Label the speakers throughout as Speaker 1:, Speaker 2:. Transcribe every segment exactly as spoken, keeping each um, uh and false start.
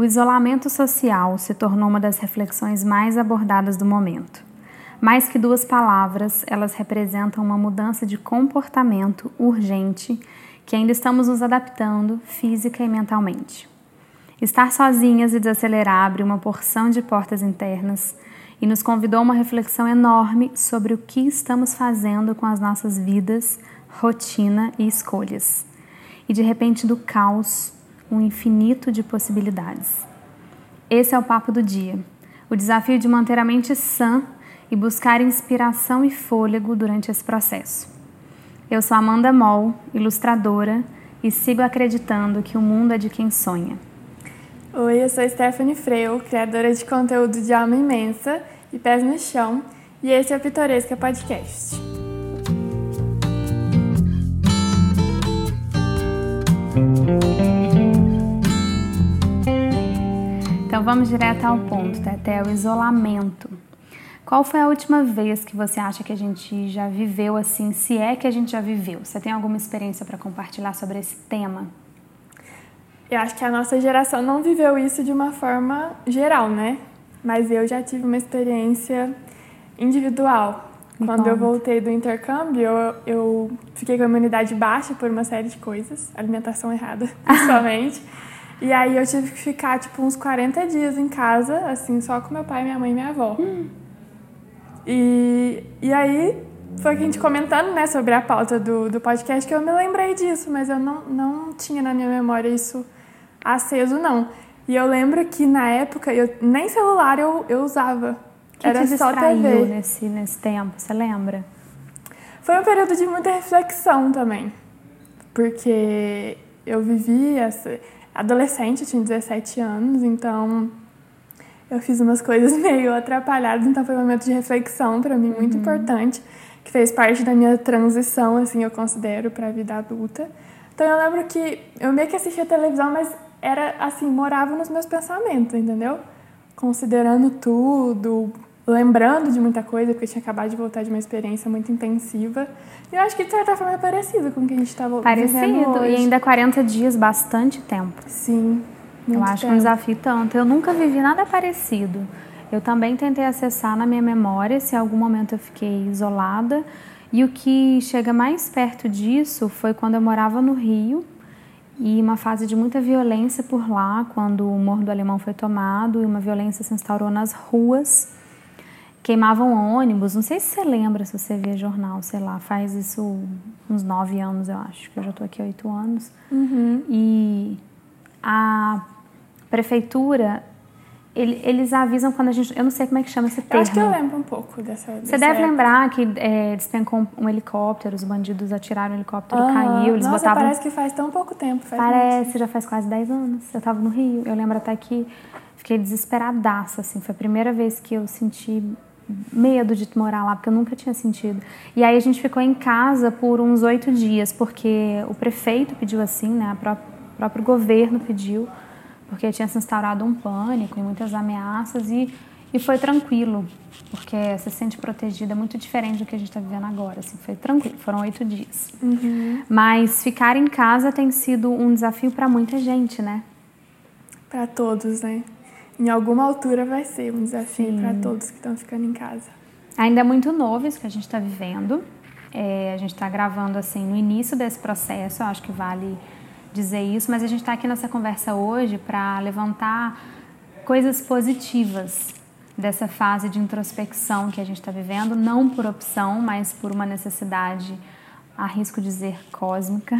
Speaker 1: O isolamento social se tornou uma das reflexões mais abordadas do momento. Mais que duas palavras, elas representam uma mudança de comportamento urgente que ainda estamos nos adaptando física e mentalmente. Estar sozinhas e desacelerar abre uma porção de portas internas e nos convidou a uma reflexão enorme sobre o que estamos fazendo com as nossas vidas, rotina e escolhas. E de repente do caos, um infinito de possibilidades. Esse é o papo do dia, o desafio de manter a mente sã e buscar inspiração e fôlego durante esse processo. Eu sou Amanda Moll, ilustradora, e sigo acreditando que o mundo é de quem sonha.
Speaker 2: Oi, eu sou Stephanie Freu, criadora de conteúdo de alma imensa e pés no chão, e esse é o Pitoresca Podcast.
Speaker 1: Então vamos direto ao ponto, Teté, o isolamento. Qual foi a última vez que você acha que a gente já viveu assim, se é que a gente já viveu? Você tem alguma experiência para compartilhar sobre esse tema?
Speaker 2: Eu acho que a nossa geração não viveu isso de uma forma geral, né? Mas eu já tive uma experiência individual. Me Quando conta. eu voltei do intercâmbio, eu, eu fiquei com a imunidade baixa por uma série de coisas, alimentação errada, principalmente. E aí eu tive que ficar, tipo, uns quarenta dias em casa, assim, só com meu pai, minha mãe e minha avó. Hum. E, e aí foi que a gente comentando, né, sobre a pauta do, do podcast, que eu me lembrei disso, mas eu não, não tinha na minha memória isso aceso, não. E eu lembro que, na época, eu, nem celular eu, eu usava.
Speaker 1: Que
Speaker 2: Era
Speaker 1: te
Speaker 2: só T V.
Speaker 1: Nesse, nesse tempo, você lembra?
Speaker 2: Foi um período de muita reflexão também. Porque eu vivi essa... Adolescente, eu tinha dezessete anos, então eu fiz umas coisas meio atrapalhadas, então foi um momento de reflexão para mim muito uhum. importante, que fez parte da minha transição, assim, eu considero, para a vida adulta. Então eu lembro que eu meio que assistia televisão, mas era assim, morava nos meus pensamentos, entendeu? Considerando tudo, lembrando de muita coisa, porque eu tinha acabado de voltar de uma experiência muito intensiva. E eu acho que, de certa forma, é parecido com o que a gente estava vivendo hoje.
Speaker 1: Parecido, e ainda quarenta dias, bastante tempo.
Speaker 2: Sim, muito
Speaker 1: Eu acho
Speaker 2: tempo.
Speaker 1: um desafio tanto. Eu nunca vivi nada parecido. Eu também tentei acessar na minha memória se em algum momento eu fiquei isolada. E o que chega mais perto disso foi quando eu morava no Rio, e uma fase de muita violência por lá, quando o Morro do Alemão foi tomado e uma violência se instaurou nas ruas. Queimavam ônibus, não sei se você lembra, se você vê jornal, sei lá, faz isso uns nove anos, eu acho, que eu já estou aqui há oito anos.
Speaker 2: Uhum.
Speaker 1: E a prefeitura, ele, eles avisam quando a gente... Eu não sei como é que chama esse termo.
Speaker 2: Eu acho que eu lembro um pouco dessa...
Speaker 1: Você deve época. lembrar que é, despencou um helicóptero, os bandidos atiraram o helicóptero,
Speaker 2: uhum.
Speaker 1: caiu, eles
Speaker 2: Nossa,
Speaker 1: botavam...
Speaker 2: parece que faz tão pouco tempo. Faz
Speaker 1: parece,
Speaker 2: muito.
Speaker 1: já faz quase dez anos. Eu estava no Rio, eu lembro até que fiquei desesperadaça, assim, foi a primeira vez que eu senti... medo de morar lá, porque eu nunca tinha sentido. E aí a gente ficou em casa por uns oito dias, porque o prefeito pediu assim, né? O próprio governo pediu, porque tinha se instaurado um pânico e muitas ameaças, e, e foi tranquilo, porque você se sente protegida, é muito diferente do que a gente está vivendo agora, assim, foi tranquilo, foram oito dias.
Speaker 2: Uhum.
Speaker 1: Mas ficar em casa tem sido um desafio para muita gente, né?
Speaker 2: Para todos, né? Em alguma altura vai ser um desafio para todos que estão ficando em casa.
Speaker 1: Ainda é muito novo isso que a gente está vivendo. É, a gente está gravando assim no início desse processo, eu acho que vale dizer isso, mas a gente está aqui nessa conversa hoje para levantar coisas positivas dessa fase de introspecção que a gente está vivendo, não por opção, mas por uma necessidade, arrisco dizer, cósmica.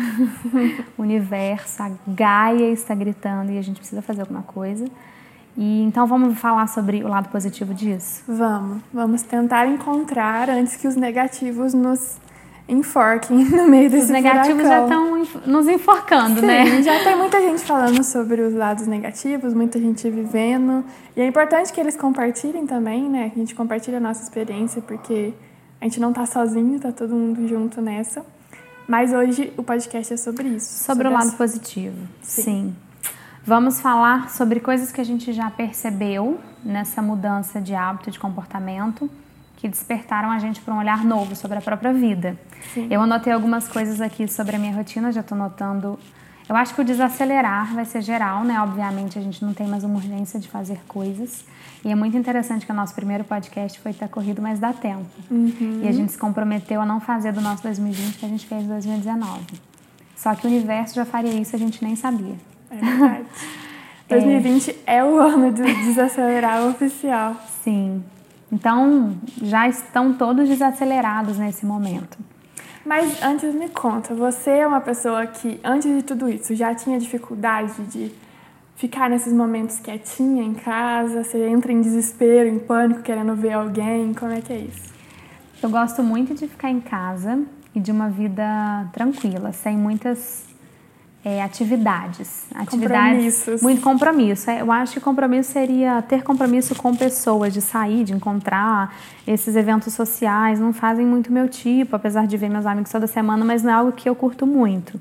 Speaker 1: O universo, a Gaia está gritando e a gente precisa fazer alguma coisa. E então vamos falar sobre o lado positivo disso?
Speaker 2: Vamos, vamos tentar encontrar antes que os negativos nos enforquem no meio desse
Speaker 1: Os negativos
Speaker 2: furacão.
Speaker 1: já estão nos enforcando,
Speaker 2: Sim,
Speaker 1: né?
Speaker 2: Já tem muita gente falando sobre os lados negativos, muita gente vivendo. E é importante que eles compartilhem também, né? Que a gente compartilhe a nossa experiência, porque a gente não tá sozinho, tá todo mundo junto nessa. Mas hoje o podcast é sobre isso.
Speaker 1: Sobre, sobre o lado
Speaker 2: essa...
Speaker 1: positivo, sim.
Speaker 2: sim.
Speaker 1: Vamos falar sobre coisas que a gente já percebeu nessa mudança de hábito, de comportamento, que despertaram a gente para um olhar novo sobre a própria vida.
Speaker 2: Sim.
Speaker 1: Eu anotei algumas coisas aqui sobre a minha rotina, já estou notando... Eu acho que o desacelerar vai ser geral, né? Obviamente a gente não tem mais uma urgência de fazer coisas. E é muito interessante que o nosso primeiro podcast foi Tá Corrido, mas dá tempo.
Speaker 2: Uhum.
Speaker 1: E a gente se comprometeu a não fazer do nosso dois mil e vinte que a gente fez em dois mil e dezenove. Só que o universo já faria isso, a gente nem sabia.
Speaker 2: É verdade. dois mil e vinte é. é o ano do desacelerar oficial.
Speaker 1: Sim. Então, já estão todos desacelerados nesse momento.
Speaker 2: Mas antes me conta, você é uma pessoa que, antes de tudo isso, já tinha dificuldade de ficar nesses momentos quietinha em casa? Você entra em desespero, em pânico, querendo ver alguém? Como é que é isso?
Speaker 1: Eu gosto muito de ficar em casa e de uma vida tranquila, sem muitas é, atividades. atividades.
Speaker 2: Compromissos.
Speaker 1: Muito compromisso. Eu acho que compromisso seria ter compromisso com pessoas, de sair, de encontrar. Esses eventos sociais não fazem muito meu tipo, apesar de ver meus amigos toda semana, mas não é algo que eu curto muito.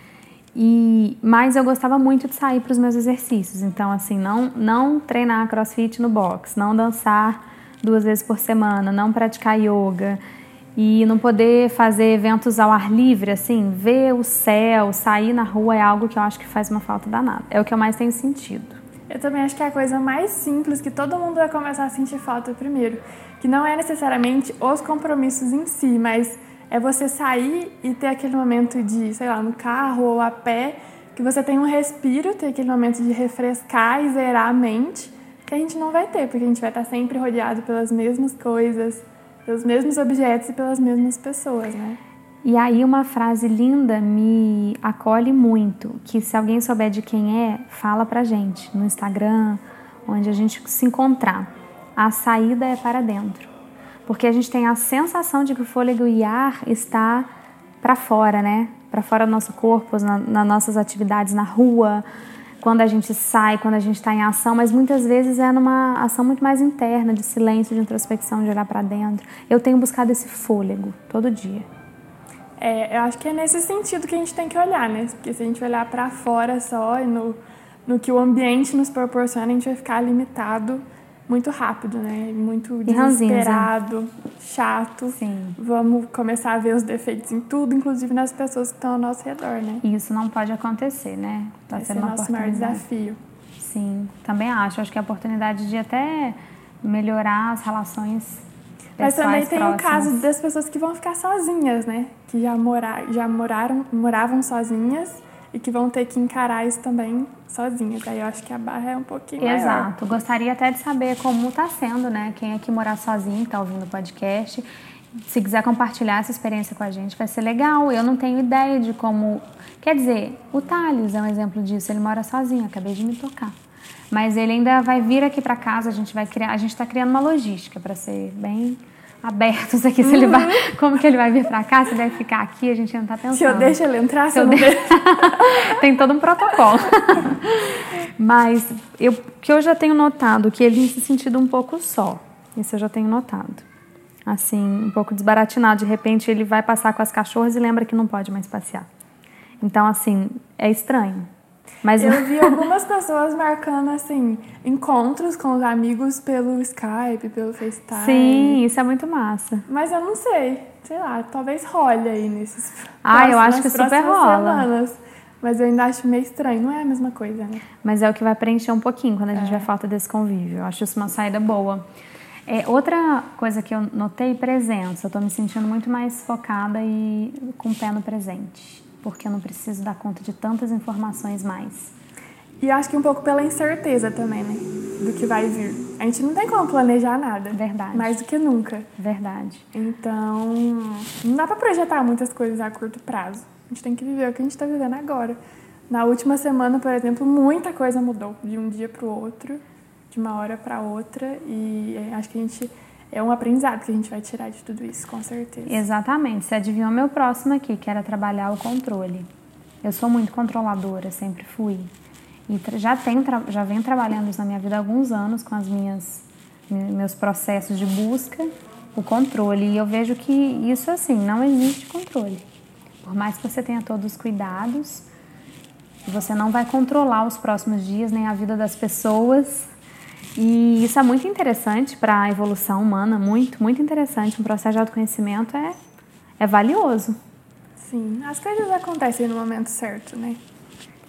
Speaker 1: E, mas eu gostava muito de sair para os meus exercícios. Então, assim, não, não treinar crossfit no box, não dançar duas vezes por semana, não praticar yoga. E não poder fazer eventos ao ar livre, assim, ver o céu, sair na rua é algo que eu acho que faz uma falta danada. É o que eu mais tenho sentido.
Speaker 2: Eu também acho que é a coisa mais simples que todo mundo vai começar a sentir falta primeiro. Que não é necessariamente os compromissos em si, mas é você sair e ter aquele momento de, sei lá, no carro ou a pé, que você tem um respiro, ter aquele momento de refrescar e zerar a mente, que a gente não vai ter, porque a gente vai estar sempre rodeado pelas mesmas coisas, pelos mesmos objetos e pelas mesmas pessoas, né?
Speaker 1: E aí uma frase linda me acolhe muito, que se alguém souber de quem é, fala pra gente no Instagram, onde a gente se encontrar. A saída é para dentro. Porque a gente tem a sensação de que o fôlego e ar está para fora, né? Para fora do nosso corpo, na, nas nossas atividades na rua, quando a gente sai, quando a gente está em ação, mas muitas vezes é numa ação muito mais interna, de silêncio, de introspecção, de olhar para dentro. Eu tenho buscado esse fôlego todo dia.
Speaker 2: É, eu acho que é nesse sentido que a gente tem que olhar, né? Porque se a gente olhar para fora só e no, no que o ambiente nos proporciona, a gente vai ficar limitado muito rápido, né? Muito desesperado, chato.
Speaker 1: Sim.
Speaker 2: Vamos começar a ver os defeitos em tudo, inclusive nas pessoas que estão ao nosso redor, né?
Speaker 1: E isso não pode acontecer, né?
Speaker 2: Vai ser o nosso maior desafio.
Speaker 1: Sim, também acho. Acho que é a oportunidade de até melhorar as relações pessoais.
Speaker 2: Mas também tem
Speaker 1: próximas.
Speaker 2: o caso das pessoas que vão ficar sozinhas, né? Que já, mora, já moraram, moravam sozinhas e que vão ter que encarar isso também sozinhas. Aí eu acho que a barra é um pouquinho maior.
Speaker 1: Exato. Gostaria até de saber como está sendo, né? Quem é que morar sozinho, está ouvindo o podcast. Se quiser compartilhar essa experiência com a gente, vai ser legal. Eu não tenho ideia de como... Quer dizer, o Thales é um exemplo disso. Ele mora sozinho, acabei de me tocar. Mas ele ainda vai vir aqui para casa, a gente vai criar... A gente está criando uma logística para ser bem abertos aqui. Se
Speaker 2: uhum.
Speaker 1: ele vai, como que ele vai vir para cá, se deve ficar aqui, a gente não está pensando.
Speaker 2: Se eu deixo ele entrar, se, se eu não
Speaker 1: de... Tem todo um protocolo. Mas eu, que eu já tenho notado que ele tem se sentido um pouco só. Isso eu já tenho notado. Assim, um pouco desbaratinado. De repente ele vai passar com as cachorras e lembra que não pode mais passear. Então, assim, é estranho. Mas
Speaker 2: eu vi algumas pessoas marcando, assim, encontros com os amigos pelo Skype, pelo FaceTime.
Speaker 1: Sim, isso é muito massa.
Speaker 2: Mas eu não sei, sei lá, talvez role aí nesses
Speaker 1: Ah, próximos, eu acho que super rola.
Speaker 2: Semanas. Mas eu ainda acho meio estranho, não é a mesma coisa, né?
Speaker 1: Mas é o que vai preencher um pouquinho quando a gente é. vai falta desse convívio. Eu acho isso uma saída boa. É, outra coisa que eu notei, presença. Eu tô me sentindo muito mais focada e com o pé no presente. Porque eu não preciso dar conta de tantas informações mais.
Speaker 2: E acho que um pouco pela incerteza também, né? Do que vai vir. A gente não tem como planejar nada.
Speaker 1: Verdade.
Speaker 2: Mais do que nunca.
Speaker 1: Verdade.
Speaker 2: Então, não dá pra projetar muitas coisas a curto prazo. A gente tem que viver o que a gente tá vivendo agora. Na última semana, por exemplo, muita coisa mudou. De um dia pro outro, de uma hora pra outra. E acho que a gente... É um aprendizado que a gente vai tirar de tudo isso, com certeza.
Speaker 1: Exatamente. Você adivinhou meu próximo aqui, que era trabalhar o controle. Eu sou muito controladora, sempre fui. E já, tenho, já venho trabalhando isso na minha vida há alguns anos, com as minhas, meus processos de busca, o controle. E eu vejo que isso, assim, não existe controle. Por mais que você tenha todos os cuidados, você não vai controlar os próximos dias, nem a vida das pessoas. E isso é muito interessante para a evolução humana, muito, muito interessante. Um processo de autoconhecimento é, é valioso.
Speaker 2: Sim, as coisas acontecem no momento certo, né?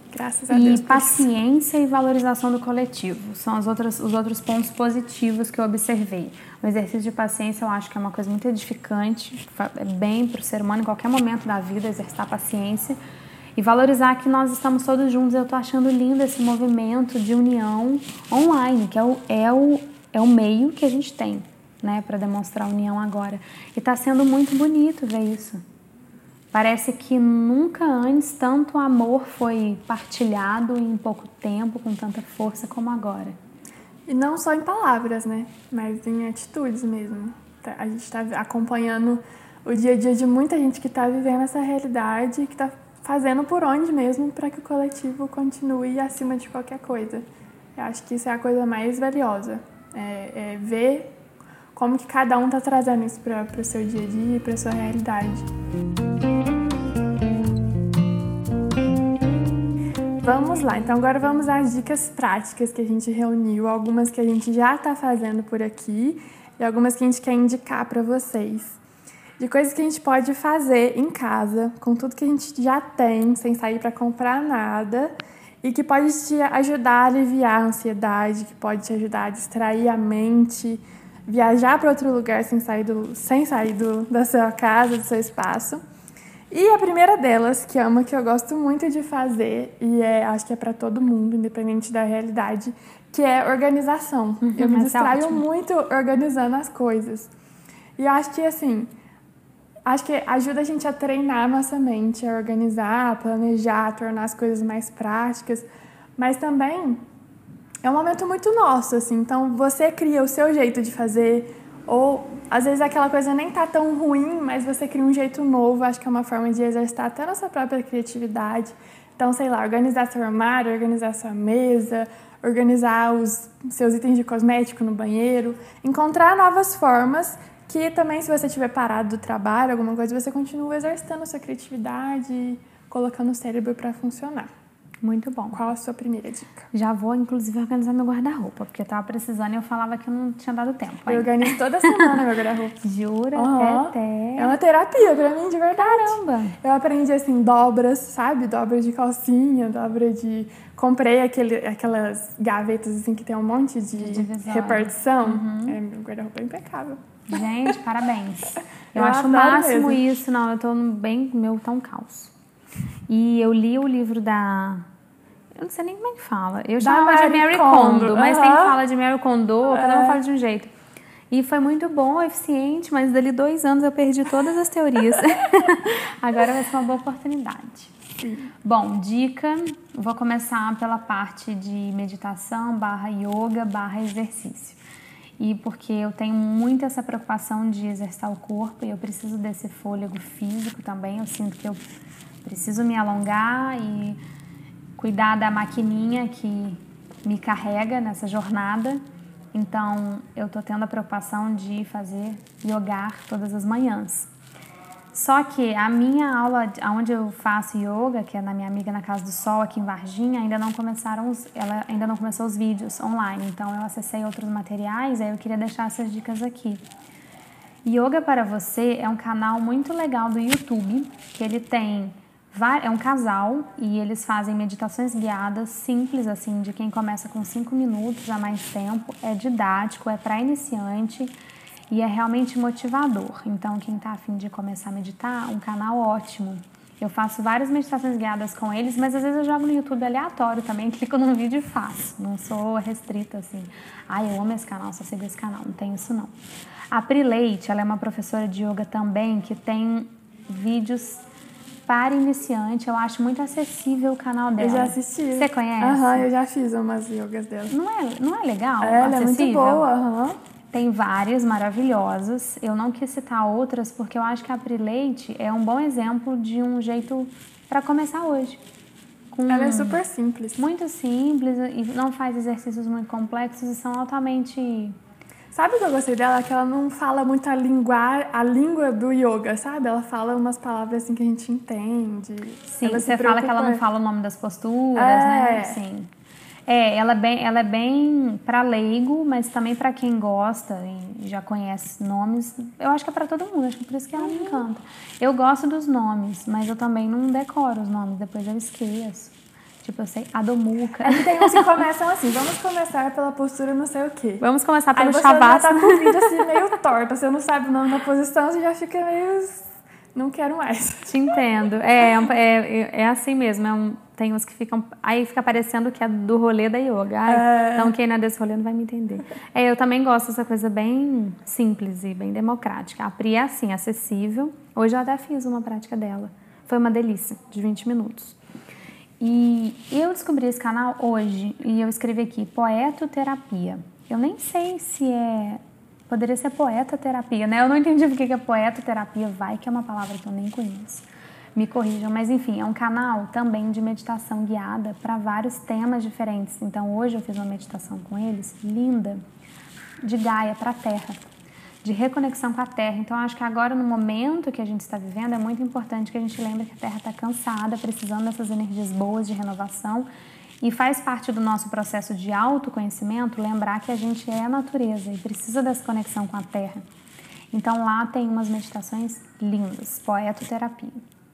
Speaker 2: Graças a Deus.
Speaker 1: E paciência e valorização do coletivo são as outras, os outros pontos positivos que eu observei. O exercício de paciência eu acho que é uma coisa muito edificante, é bem para o ser humano em qualquer momento da vida exercitar paciência e valorizar que nós estamos todos juntos. Eu estou achando lindo esse movimento de união online, que é o, é o, é o meio que a gente tem, né, para demonstrar união agora. E está sendo muito bonito ver isso. Parece que nunca antes tanto amor foi partilhado em pouco tempo, com tanta força como agora.
Speaker 2: E não só em palavras, né? Mas em atitudes mesmo. A gente está acompanhando o dia a dia de muita gente que está vivendo essa realidade, que está fazendo por onde mesmo para que o coletivo continue acima de qualquer coisa. Eu acho que isso é a coisa mais valiosa. É, é ver como que cada um está trazendo isso para o seu dia a dia, para a sua realidade. Vamos lá, então agora vamos às dicas práticas que a gente reuniu, algumas que a gente já está fazendo por aqui e algumas que a gente quer indicar para vocês. De coisas que a gente pode fazer em casa, com tudo que a gente já tem, sem sair para comprar nada, e que pode te ajudar a aliviar a ansiedade, que pode te ajudar a distrair a mente, viajar para outro lugar sem sair, do, sem sair do, da sua casa, do seu espaço. E a primeira delas, que é uma que eu gosto muito de fazer, e é, acho que é para todo mundo, independente da realidade, que é organização. Uhum, eu me distraio é muito organizando as coisas. E acho que, assim, acho que ajuda a gente a treinar a nossa mente, a organizar, a planejar, a tornar as coisas mais práticas, mas também é um momento muito nosso, assim, então você cria o seu jeito de fazer, ou às vezes aquela coisa nem tá tão ruim, mas você cria um jeito novo, acho que é uma forma de exercitar até a nossa própria criatividade. Então, sei lá, organizar seu armário, organizar sua mesa, organizar os seus itens de cosmético no banheiro, encontrar novas formas que também, se você estiver parado do trabalho, alguma coisa, você continua exercitando a sua criatividade, colocando o cérebro para funcionar.
Speaker 1: Muito bom.
Speaker 2: Qual a sua primeira dica?
Speaker 1: Já vou, inclusive, organizar meu guarda-roupa, porque eu tava precisando e eu falava que eu não tinha dado tempo.
Speaker 2: Eu organizo toda semana meu guarda-roupa.
Speaker 1: Jura?
Speaker 2: Uhum.
Speaker 1: Até.
Speaker 2: É uma terapia pra mim, de verdade.
Speaker 1: Caramba!
Speaker 2: Eu aprendi, assim, dobras, sabe? Dobras de calcinha, dobra de... Comprei aquele, aquelas gavetas, assim, que tem um monte de, de repartição. Uhum. É, meu guarda-roupa é impecável.
Speaker 1: Gente, parabéns. Eu,
Speaker 2: eu
Speaker 1: acho o máximo
Speaker 2: mesmo.
Speaker 1: isso. Não, eu tô bem... Meu tá um caos. E eu li o livro da... Eu não sei nem como é que fala. Eu chamava de Marie Kondo, Kondo mas uhum. tem que falar de Marie Kondo, cada um é. fala de um jeito. E foi muito bom, eficiente, mas dali dois anos eu perdi todas as teorias. Agora vai ser uma boa oportunidade. Sim. Bom, dica, vou começar pela parte de meditação, barra yoga, barra exercício. E porque eu tenho muito essa preocupação de exercitar o corpo e eu preciso desse fôlego físico também. Eu sinto que eu preciso me alongar e cuidar da maquininha que me carrega nessa jornada. Então, eu tô tendo a preocupação de fazer yoga todas as manhãs. Só que a minha aula, onde eu faço yoga, que é na minha amiga na Casa do Sol, aqui em Varginha, ainda não começaram os, ela ainda não começou os vídeos online. Então, eu acessei outros materiais, aí eu queria deixar essas dicas aqui. Yoga para Você é um canal muito legal do YouTube, que ele tem... É um casal e eles fazem meditações guiadas simples, assim, de quem começa com cinco minutos a mais tempo. É didático, é para iniciante e é realmente motivador. Então, quem está a fim de começar a meditar, um canal ótimo. Eu faço várias meditações guiadas com eles, mas às vezes eu jogo no YouTube aleatório também, clico num vídeo e faço. Não sou restrita, assim. Ah, eu amo esse canal, só sigo esse canal. Não tem isso, não. A Pri Leite, ela é uma professora de yoga também, que tem vídeos... para iniciante, eu acho muito acessível o canal dela.
Speaker 2: Eu já assisti.
Speaker 1: Você conhece?
Speaker 2: Aham, uhum, eu já fiz umas yogas dela.
Speaker 1: Não é, não é legal?
Speaker 2: É, ela acessível? É muito boa, aham. Uhum.
Speaker 1: Tem várias maravilhosas. Eu não quis citar outras porque eu acho que a Pri Leite é um bom exemplo de um jeito para começar hoje. Com
Speaker 2: ela é super simples.
Speaker 1: Muito simples e não faz exercícios muito complexos e são altamente...
Speaker 2: Sabe o que eu gostei dela? Que ela não fala muito a, linguar, a língua do yoga, sabe? Ela fala umas palavras assim que a gente entende.
Speaker 1: Sim, você fala que ela não fala o nome das posturas, é. né? Sim. É, ela é bem, ela é bem para leigo, mas também para quem gosta e já conhece nomes. Eu acho que é para todo mundo, acho que por isso que ela uhum. me encanta. Eu gosto dos nomes, mas eu também não decoro os nomes, depois eu esqueço. Tipo, eu sei, Adomuca.
Speaker 2: É que tem uns que começam assim, vamos começar pela postura não sei o quê.
Speaker 1: Vamos começar pelo
Speaker 2: Aí você
Speaker 1: Shavasana.
Speaker 2: já tá com o vídeo assim meio torto, você não sabe o nome da posição, você já fica meio... Não quero mais.
Speaker 1: Te entendo. É, é, é assim mesmo, é um, tem uns que ficam... Aí fica parecendo que é do rolê da yoga. Ai, é... Então quem não é desse rolê não vai me entender. É, eu também gosto dessa coisa bem simples e bem democrática. A Pri é assim, acessível. Hoje eu até fiz uma prática dela. Foi uma delícia, de vinte minutos. E eu descobri esse canal hoje e eu escrevi aqui, Poetoterapia. Eu nem sei se é... Poderia ser poeta-terapia, né? Eu não entendi porque que é poeta-terapia, vai que é uma palavra que eu nem conheço. Me corrijam, mas enfim, é um canal também de meditação guiada para vários temas diferentes. Então hoje eu fiz uma meditação com eles, linda, de Gaia para a Terra, de reconexão com a Terra. Então acho que agora, no momento que a gente está vivendo, é muito importante que a gente lembre que a Terra está cansada, precisando dessas energias boas de renovação. E faz parte do nosso processo de autoconhecimento lembrar que a gente é a natureza e precisa dessa conexão com a Terra. Então lá tem umas meditações lindas, poetoterapia.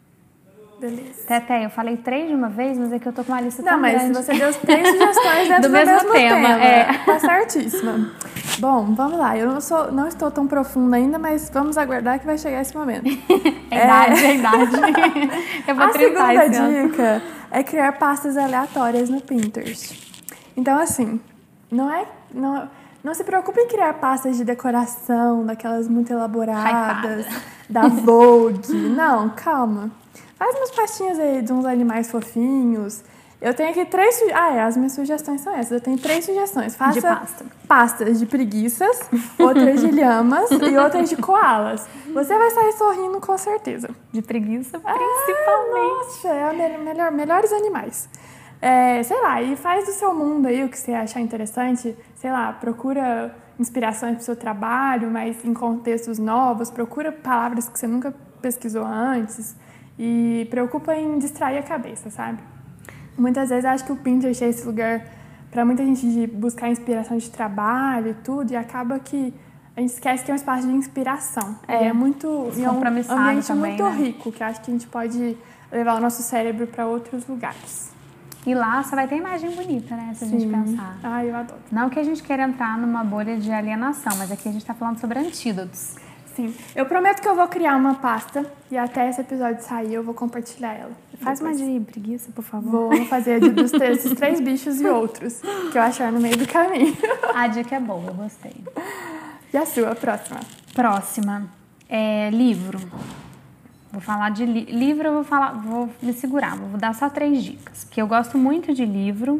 Speaker 2: Beleza.
Speaker 1: Teté, eu falei três de uma vez, mas é que eu tô com uma lista
Speaker 2: Não,
Speaker 1: tão
Speaker 2: mas
Speaker 1: grande.
Speaker 2: você deu três sugestões dentro do,
Speaker 1: do mesmo, mesmo tema.
Speaker 2: tema.
Speaker 1: É.
Speaker 2: Tá certíssima. Bom, vamos lá. Eu não, sou, não estou tão profunda ainda, mas vamos aguardar que vai chegar esse momento.
Speaker 1: É idade, é idade. Eu vou
Speaker 2: A segunda
Speaker 1: esse ano.
Speaker 2: dica é criar pastas aleatórias no Pinterest. Então, assim, não é... Não, não se preocupe em criar pastas de decoração, daquelas muito elaboradas,
Speaker 1: Hypada.
Speaker 2: da Vogue. Não, calma. Faz umas pastinhas aí de uns animais fofinhos. Eu tenho aqui três... Su... Ah, é, as minhas sugestões são essas. Eu tenho três sugestões. Faça
Speaker 1: de pasta.
Speaker 2: pastas de preguiças, outras de lhamas e outras de koalas. Você vai sair sorrindo com certeza.
Speaker 1: De preguiça, principalmente.
Speaker 2: Nossa, é a melhor, melhores animais. É, sei lá, e faz do seu mundo aí o que você achar interessante. Sei lá, procura inspirações para o seu trabalho, mas em contextos novos. Procura palavras que você nunca pesquisou antes. E preocupa em distrair a cabeça, sabe? Muitas vezes eu acho que o Pinterest é esse lugar para muita gente de buscar inspiração de trabalho e tudo, e acaba que a gente esquece que é um espaço de inspiração.
Speaker 1: É,
Speaker 2: e é muito... E é um ambiente
Speaker 1: também,
Speaker 2: muito
Speaker 1: né?
Speaker 2: rico, que eu acho que a gente pode levar o nosso cérebro para outros lugares.
Speaker 1: E lá só vai ter imagem bonita, né? Se a
Speaker 2: Sim.
Speaker 1: gente pensar.
Speaker 2: Ah, eu adoro.
Speaker 1: Não que a gente queira entrar numa bolha de alienação, mas aqui a gente tá falando sobre antídotos.
Speaker 2: Sim. Eu prometo que eu vou criar uma pasta e até esse episódio sair eu vou compartilhar ela.
Speaker 1: Faz
Speaker 2: depois.
Speaker 1: uma de preguiça, por favor.
Speaker 2: Vou fazer de, dos esses três bichos e outros que eu achar no meio do caminho.
Speaker 1: A dica é boa, eu gostei.
Speaker 2: E a sua, próxima?
Speaker 1: Próxima. É livro. Vou falar de li livro, eu vou falar, vou me segurar, vou dar só três dicas. Porque eu gosto muito de livro.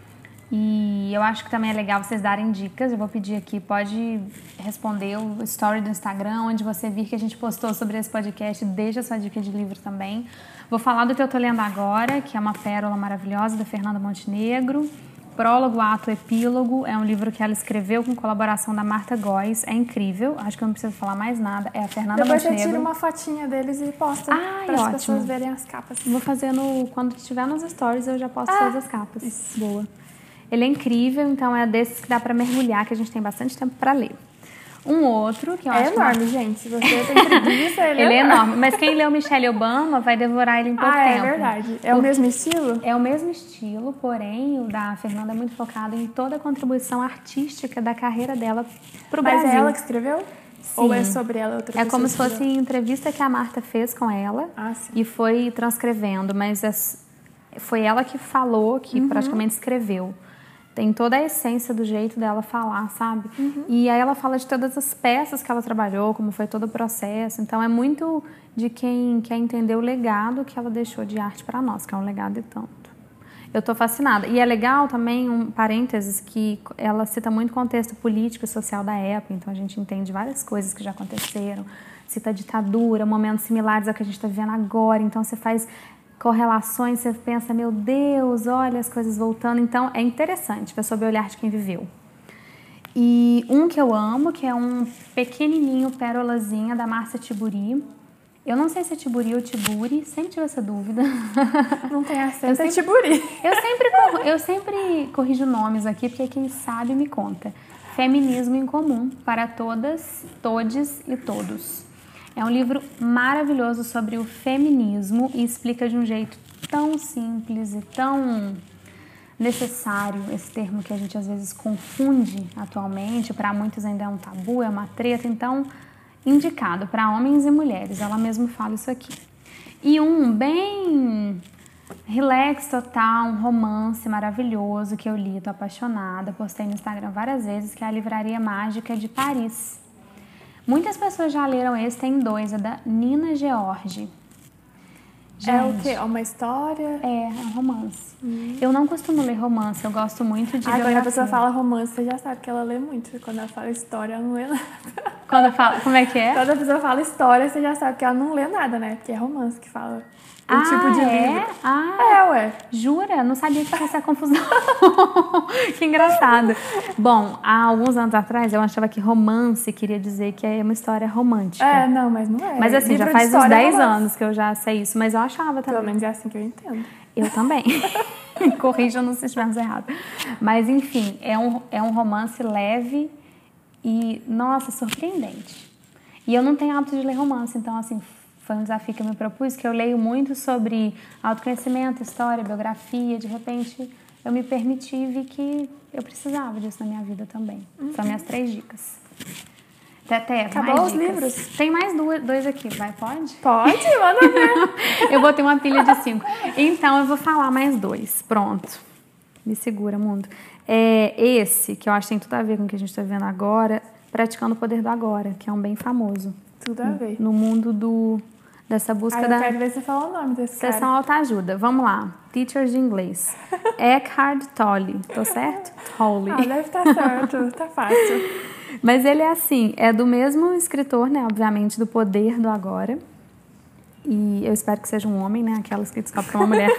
Speaker 1: E eu acho que também é legal vocês darem dicas. Eu vou pedir aqui, pode responder o story do Instagram, onde você vir que a gente postou sobre esse podcast, deixa a sua dica de livro também. Vou falar do que eu tô lendo agora, que é uma pérola maravilhosa da Fernanda Montenegro. Prólogo, Ato, Epílogo. É um livro que ela escreveu com colaboração da Marta Góes. É incrível, acho que eu não preciso falar mais nada. É a Fernanda
Speaker 2: Depois
Speaker 1: Montenegro.
Speaker 2: Depois você tira uma fotinha deles e posta para as pessoas verem as capas.
Speaker 1: Vou fazer no, quando estiver nos stories, eu já posto
Speaker 2: ah,
Speaker 1: todas as capas.
Speaker 2: Isso.
Speaker 1: Boa. Ele é incrível, então é desses que dá pra mergulhar, que a gente tem bastante tempo pra ler. Um outro que eu
Speaker 2: é
Speaker 1: acho...
Speaker 2: É enorme, que... gente. Se você tem preguiça, ele,
Speaker 1: ele é
Speaker 2: enorme.
Speaker 1: enorme. Mas quem leu Michelle Obama vai devorar ele em pouco
Speaker 2: ah,
Speaker 1: tempo.
Speaker 2: É verdade. É o mesmo estilo?
Speaker 1: É o mesmo estilo, porém o da Fernanda é muito focado em toda a contribuição artística da carreira dela pro
Speaker 2: Mas
Speaker 1: Brasil.
Speaker 2: Mas é ela que escreveu?
Speaker 1: Sim.
Speaker 2: Ou é sobre ela outra pessoa?
Speaker 1: É como se fosse a entrevista que a Marta fez com ela
Speaker 2: ah, sim.
Speaker 1: e foi transcrevendo, mas é... foi ela que falou, que uhum. praticamente escreveu. Tem toda a essência do jeito dela falar, sabe?
Speaker 2: Uhum.
Speaker 1: E aí ela fala de todas as peças que ela trabalhou, como foi todo o processo. Então é muito de quem quer entender o legado que ela deixou de arte para nós, que é um legado e tanto. Eu tô fascinada. E é legal também, um parênteses, que ela cita muito o contexto político e social da época. Então a gente entende várias coisas que já aconteceram. Cita a ditadura, momentos similares ao que a gente está vivendo agora. Então você faz... correlações, você pensa, meu Deus, olha as coisas voltando. Então, é interessante ver sob o olhar de quem viveu. E um que eu amo, que é um pequenininho pérolazinha da Márcia Tiburi. Eu não sei se é Tiburi ou Tiburi, sempre tive essa dúvida.
Speaker 2: Não tem acento, é Tiburi.
Speaker 1: Eu sempre, eu sempre corrijo nomes aqui, porque quem sabe me conta. Feminismo em Comum, para todas, todes e todos. É um livro maravilhoso sobre o feminismo e explica de um jeito tão simples e tão necessário, esse termo que a gente às vezes confunde atualmente, para muitos ainda é um tabu, é uma treta, então indicado para homens e mulheres, ela mesma fala isso aqui. E um bem relax total, um romance maravilhoso que eu li, tô apaixonada, postei no Instagram várias vezes, que é a Livraria Mágica de Paris. Muitas pessoas já leram esse, tem dois, é da Nina George. Gente,
Speaker 2: é o quê? É uma história?
Speaker 1: É, é um romance. Hum. Eu não costumo ler romance, eu gosto muito de
Speaker 2: ah, quando a pessoa fala romance, você já sabe que ela lê muito. Quando ela fala história, ela não lê nada.
Speaker 1: Quando fala, como é que é?
Speaker 2: Quando a pessoa fala história, você já sabe que ela não lê nada, né? Porque é romance que fala. O
Speaker 1: ah,
Speaker 2: tipo de
Speaker 1: é?
Speaker 2: livro.
Speaker 1: Ah,
Speaker 2: é, ué.
Speaker 1: Jura? Não sabia que tinha essa confusão. Que engraçado. Bom, há alguns anos atrás eu achava que romance queria dizer que é uma história romântica.
Speaker 2: É, não, mas não é.
Speaker 1: Mas assim,
Speaker 2: livro
Speaker 1: já faz uns
Speaker 2: é
Speaker 1: dez
Speaker 2: romance.
Speaker 1: anos que eu já sei isso, mas eu achava também.
Speaker 2: Pelo menos é assim que eu entendo.
Speaker 1: Eu também. Corrijam se estivermos errados. Mas enfim, é um, é um romance leve e, nossa, surpreendente. E eu não tenho hábito de ler romance, então assim, foi um desafio que eu me propus, que eu leio muito sobre autoconhecimento, história, biografia, de repente eu me permiti e vi que eu precisava disso na minha vida também. Uhum. São minhas três dicas. Teté,
Speaker 2: acabou
Speaker 1: mais
Speaker 2: os
Speaker 1: dicas.
Speaker 2: livros?
Speaker 1: Tem mais duas, dois aqui, vai? Pode?
Speaker 2: Pode, manda ver.
Speaker 1: Eu botei uma pilha de cinco. Então eu vou falar mais dois. Pronto. Me segura, mundo. É esse, que eu acho que tem tudo a ver com o que a gente está vendo agora, Praticando o Poder do Agora, que é um bem famoso.
Speaker 2: Tudo a ver.
Speaker 1: No mundo do, dessa busca
Speaker 2: ah,
Speaker 1: da...
Speaker 2: eu quero ver você falar o nome desse cara.
Speaker 1: Sessão autoajuda. Vamos lá. Teachers de inglês. Eckhart Tolle. Tô certo? Tolle.
Speaker 2: Ah, deve estar certo. Tá fácil.
Speaker 1: Mas ele é assim, é do mesmo escritor, né? Obviamente, do Poder do Agora. E eu espero que seja um homem, né? Aquela escrita só pra uma mulher.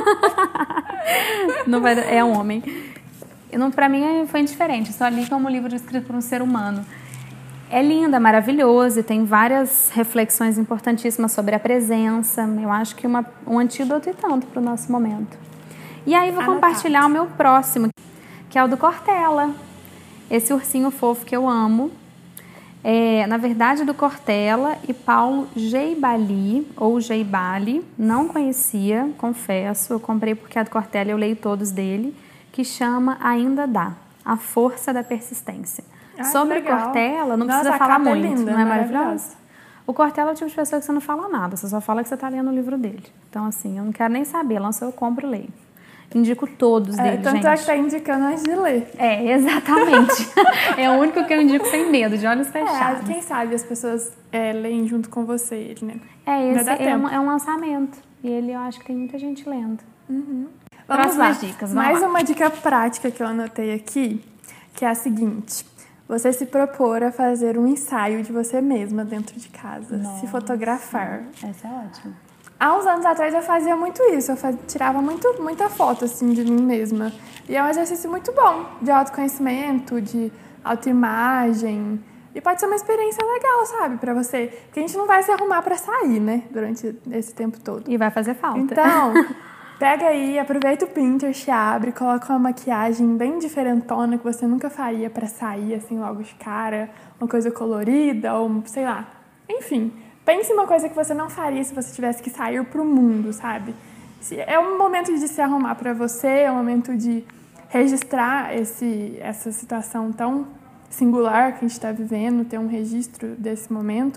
Speaker 1: Não vai, é um homem. Não, pra mim foi indiferente. Eu só li como um livro escrito por um ser humano. É linda, maravilhoso e tem várias reflexões importantíssimas sobre a presença. Eu acho que uma, um antídoto e tanto para o nosso momento. E aí vou Anotado. compartilhar o meu próximo, que é o do Cortella. Esse ursinho fofo que eu amo. É, na verdade, do Cortella e Paulo Geibali, ou Geibali. Não conhecia, confesso. Eu comprei porque é do Cortella, eu leio todos dele. Que chama Ainda Dá, A Força da Persistência.
Speaker 2: Ah,
Speaker 1: sobre o Cortella, não
Speaker 2: Nossa,
Speaker 1: precisa falar
Speaker 2: é
Speaker 1: muito,
Speaker 2: linda,
Speaker 1: não é maravilhoso? O Cortella é o tipo de pessoa que você não fala nada, você só fala que você está lendo o livro dele. Então, assim, eu não quero nem saber, lança eu compro e leio. Indico todos
Speaker 2: é,
Speaker 1: dele,
Speaker 2: tanto
Speaker 1: gente.
Speaker 2: Tanto é que tá indicando antes de ler.
Speaker 1: É, exatamente. É o único que eu indico sem medo, de olhos fechados.
Speaker 2: É, quem sabe as pessoas é, leem junto com você ele, né?
Speaker 1: É, esse é um, é um lançamento. E ele, eu acho que tem muita gente lendo.
Speaker 2: Uhum. Vamos
Speaker 1: Próximas
Speaker 2: lá.
Speaker 1: dicas, vamos
Speaker 2: Mais
Speaker 1: lá.
Speaker 2: uma dica prática que eu anotei aqui, que é a seguinte. Você se propor a fazer um ensaio de você mesma dentro de casa. Nossa, se fotografar.
Speaker 1: Essa é ótima.
Speaker 2: Há uns anos atrás eu fazia muito isso. Eu faz... tirava muito, muita foto assim, de mim mesma. E é um exercício muito bom de autoconhecimento, de autoimagem. E pode ser uma experiência legal, sabe, pra você. Porque a gente não vai se arrumar pra sair, né, durante esse tempo todo.
Speaker 1: E vai fazer falta.
Speaker 2: Então... Pega aí, aproveita o Pinterest, abre, coloca uma maquiagem bem diferentona que você nunca faria pra sair assim logo de cara, uma coisa colorida ou sei lá. Enfim, pense em uma coisa que você não faria se você tivesse que sair pro mundo, sabe? É um momento de se arrumar pra você, é um momento de registrar esse, essa situação tão singular que a gente tá vivendo, ter um registro desse momento.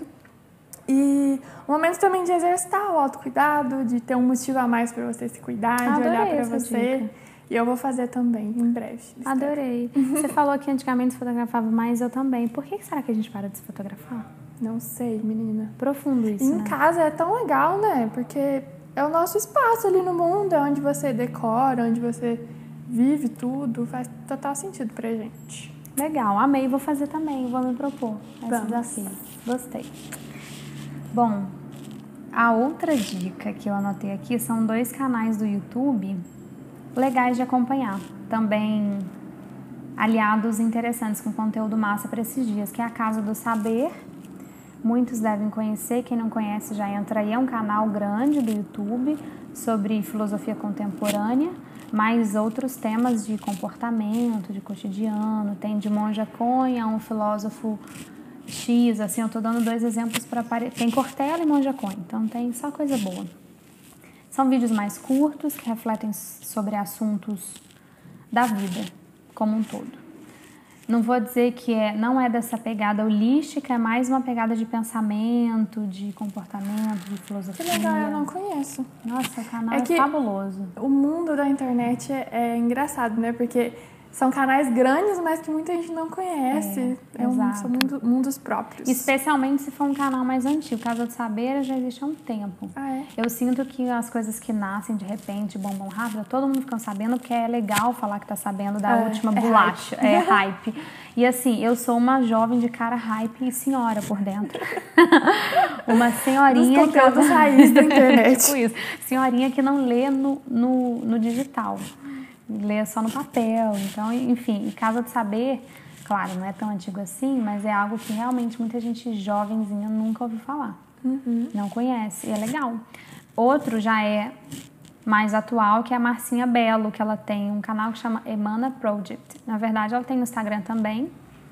Speaker 2: E um momento também de exercitar o autocuidado, de ter um motivo a mais para você se cuidar,
Speaker 1: Adorei
Speaker 2: de olhar para você.
Speaker 1: Dica.
Speaker 2: E eu vou fazer também, em breve.
Speaker 1: Adorei. Você falou que antigamente se fotografava mais, eu também. Por que será que a gente para de se fotografar?
Speaker 2: Não sei, menina.
Speaker 1: Profundo isso,
Speaker 2: Em
Speaker 1: né?
Speaker 2: casa é tão legal, né? Porque é o nosso espaço ali no mundo, é onde você decora, onde você vive tudo. Faz total sentido pra gente.
Speaker 1: Legal, amei. Vou fazer também, vou me propor esse
Speaker 2: Vamos.
Speaker 1: desafio. Gostei. Bom, a outra dica que eu anotei aqui são dois canais do YouTube legais de acompanhar. Também aliados interessantes com conteúdo massa para esses dias, que é a Casa do Saber. Muitos devem conhecer, quem não conhece já entra aí. É um canal grande do YouTube sobre filosofia contemporânea, mas outros temas de comportamento, de cotidiano. Tem de Monja Coen, um filósofo X, assim, eu tô dando dois exemplos para aparecer. Tem Cortella e Monja Coen, então tem só coisa boa. São vídeos mais curtos que refletem sobre assuntos da vida como um todo. Não vou dizer que é, não é dessa pegada holística, é mais uma pegada de pensamento, de comportamento, de filosofia.
Speaker 2: Que legal, eu não conheço.
Speaker 1: Nossa, o canal
Speaker 2: é,
Speaker 1: é
Speaker 2: que
Speaker 1: fabuloso.
Speaker 2: O mundo da internet é, é engraçado, né? Porque são canais grandes, mas que muita gente não conhece. É, é um, são mundo, mundos próprios.
Speaker 1: Especialmente se for um canal mais antigo. Casa do Saber já existe há um tempo.
Speaker 2: Ah, é?
Speaker 1: Eu sinto que as coisas que nascem de repente, bombam rápido, todo mundo fica sabendo, porque é legal falar que tá sabendo da
Speaker 2: é,
Speaker 1: última
Speaker 2: é
Speaker 1: bolacha.
Speaker 2: Hype.
Speaker 1: É hype. E assim, eu sou uma jovem de cara hype e senhora por dentro. Uma senhorinha
Speaker 2: Dos conteúdos que... raiz da internet.
Speaker 1: Tipo isso. Senhorinha que não lê no, no, no digital. Lê só no papel. Então, enfim, Casa do Saber, claro, não é tão antigo assim, mas é algo que realmente muita gente jovenzinha nunca ouviu falar.
Speaker 2: Uhum.
Speaker 1: Não conhece. E é legal. Outro já é mais atual, que é a Marcinha Belo, que ela tem um canal que chama Emana Project. Na verdade, ela tem no Instagram também.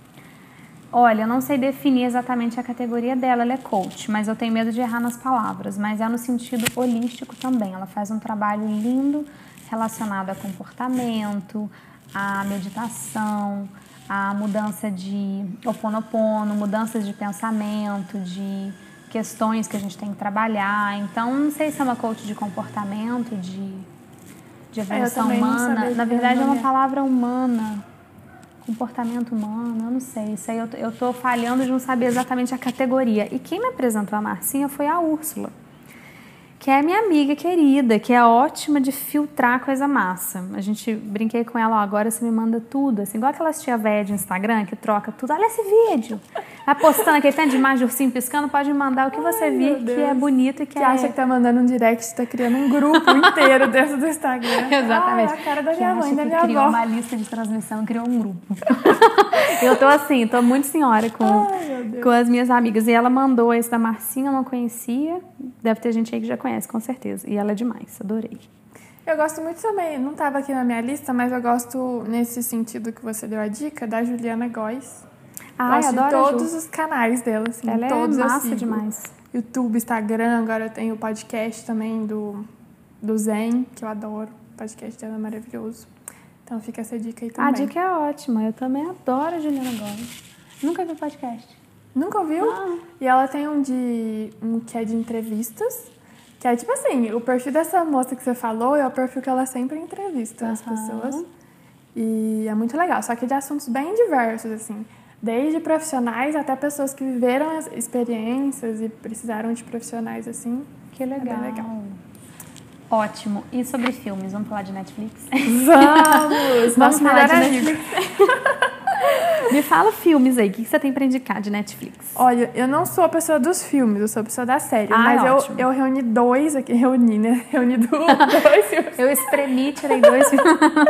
Speaker 1: Olha, eu não sei definir exatamente a categoria dela, ela é coach, mas eu tenho medo de errar nas palavras, mas é no sentido holístico também. Ela faz um trabalho lindo relacionado a comportamento, a meditação, a mudança de Ho'oponopono, mudanças de pensamento, de questões que a gente tem que trabalhar. Então, não sei se é uma coach de comportamento, de, de evolução
Speaker 2: é,
Speaker 1: humana. Na verdade, é uma palavra humana, comportamento humano, eu não sei. Isso aí eu, eu tô falhando de não saber exatamente a categoria. E quem me apresentou a Marcinha foi a Úrsula, que é minha amiga querida, que é ótima de filtrar coisa massa. A gente, brinquei com ela, ó, agora você me manda tudo, assim, igual aquelas tia velha de Instagram que troca tudo. Olha esse vídeo. Vai postando aquele tanto de imagem de ursinho piscando, pode me mandar o que você vir, que é bonito e que,
Speaker 2: que
Speaker 1: é...
Speaker 2: Que acha que tá mandando um direct, tá criando um grupo inteiro dentro do Instagram.
Speaker 1: Exatamente.
Speaker 2: Ah, a cara da
Speaker 1: que
Speaker 2: minha mãe, da minha
Speaker 1: criou
Speaker 2: avó.
Speaker 1: uma lista de transmissão, criou um grupo. Eu tô assim, tô muito senhora com,
Speaker 2: Ai,
Speaker 1: com as minhas amigas. E ela mandou esse da Marcinha, eu não conhecia. Deve ter gente aí que já conhece, com certeza. E ela é demais, adorei.
Speaker 2: Eu gosto muito também, não estava aqui na minha lista, mas eu gosto, nesse sentido que você deu a dica, da Juliana Góes.
Speaker 1: Ah,
Speaker 2: gosto
Speaker 1: eu adoro
Speaker 2: de todos os canais dela, assim,
Speaker 1: ela
Speaker 2: todos
Speaker 1: é
Speaker 2: eu
Speaker 1: massa
Speaker 2: sigo.
Speaker 1: demais.
Speaker 2: YouTube, Instagram, agora eu tenho o podcast também do, do Zen, que eu adoro. O podcast dela é maravilhoso. Então fica essa dica aí também.
Speaker 1: A dica é ótima, eu também adoro a Juliana Góes. Nunca vi podcast.
Speaker 2: Nunca ouviu?
Speaker 1: Ah.
Speaker 2: E ela tem um, de, um que é de entrevistas, que é tipo assim, o perfil dessa moça que você falou é o perfil que ela sempre entrevista as
Speaker 1: Uhum.
Speaker 2: pessoas. E é muito legal, só que de assuntos bem diversos, assim. Desde profissionais até pessoas que viveram as experiências e precisaram de profissionais, assim.
Speaker 1: Que legal.
Speaker 2: É bem legal.
Speaker 1: Ótimo. E sobre filmes? Vamos falar de Netflix?
Speaker 2: Vamos!
Speaker 1: Vamos falar de
Speaker 2: amigo.
Speaker 1: Netflix. Me fala filmes aí. O que você tem pra indicar de Netflix?
Speaker 2: Olha, eu não sou a pessoa dos filmes, eu sou a pessoa da série.
Speaker 1: Ah,
Speaker 2: mas
Speaker 1: é
Speaker 2: eu,
Speaker 1: ótimo.
Speaker 2: eu reuni dois aqui. Reuni, né? Reuni dois filmes.
Speaker 1: Eu espremi, tirei dois filmes.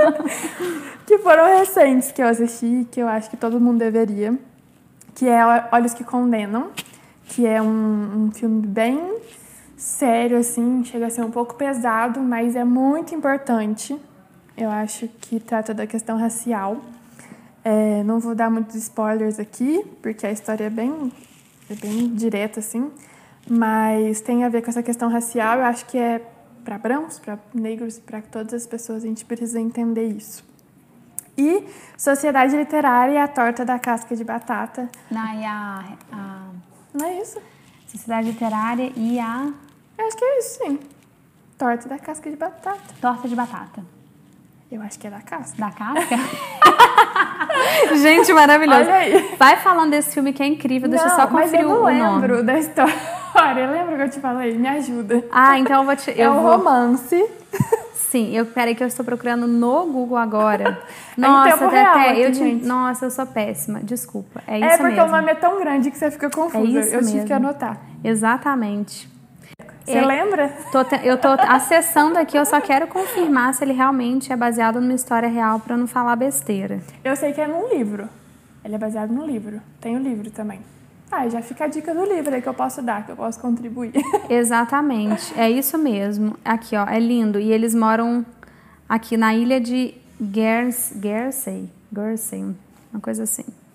Speaker 2: Que foram recentes que eu assisti, que eu acho que todo mundo deveria. Que é Olhos que Condenam. Que é um, um filme bem sério, assim. Chega a ser um pouco pesado, mas é muito importante. Eu acho que trata da questão racial. É, não vou dar muitos spoilers aqui, porque a história é bem, é bem direta, assim. Mas tem a ver com essa questão racial. Eu acho que é para brancos, para negros, para todas as pessoas. A gente precisa entender isso. E Sociedade Literária e a Torta da Casca de Batata.
Speaker 1: Não, e a, a
Speaker 2: Não é isso?
Speaker 1: Sociedade Literária e a
Speaker 2: Eu acho que é isso, sim. Torta da Casca de Batata.
Speaker 1: Torta de Batata.
Speaker 2: Eu acho que é da casca.
Speaker 1: Da casca? Gente, maravilhoso.
Speaker 2: Olha aí.
Speaker 1: Vai falando desse filme que é incrível. Deixa eu só conferir
Speaker 2: mas eu não
Speaker 1: o nome.
Speaker 2: lembro da história. Lembra que eu te falei? Me ajuda.
Speaker 1: Ah, então eu vou te...
Speaker 2: É
Speaker 1: eu
Speaker 2: um
Speaker 1: vou...
Speaker 2: romance.
Speaker 1: Sim, eu, peraí que eu estou procurando no Google agora. Nossa,
Speaker 2: em tempo
Speaker 1: até,
Speaker 2: real
Speaker 1: até
Speaker 2: aqui,
Speaker 1: eu te...
Speaker 2: gente.
Speaker 1: Nossa, eu sou péssima. Desculpa. É isso
Speaker 2: É porque
Speaker 1: mesmo.
Speaker 2: o nome é tão grande que você fica confusa.
Speaker 1: É isso
Speaker 2: eu tive
Speaker 1: mesmo.
Speaker 2: que anotar.
Speaker 1: Exatamente.
Speaker 2: Você
Speaker 1: É,
Speaker 2: lembra?
Speaker 1: Tô te- eu tô acessando aqui, eu só quero confirmar se ele realmente é baseado numa história real pra eu não falar besteira.
Speaker 2: Eu sei que é num livro. Ele é baseado num livro. Tem o livro também. Ah, já fica a dica do livro aí que eu posso dar, que eu posso contribuir.
Speaker 1: Exatamente, é isso mesmo. Aqui, ó, é lindo. E eles moram aqui na ilha de Guerns- Guernsey, Guernsey, uma coisa assim.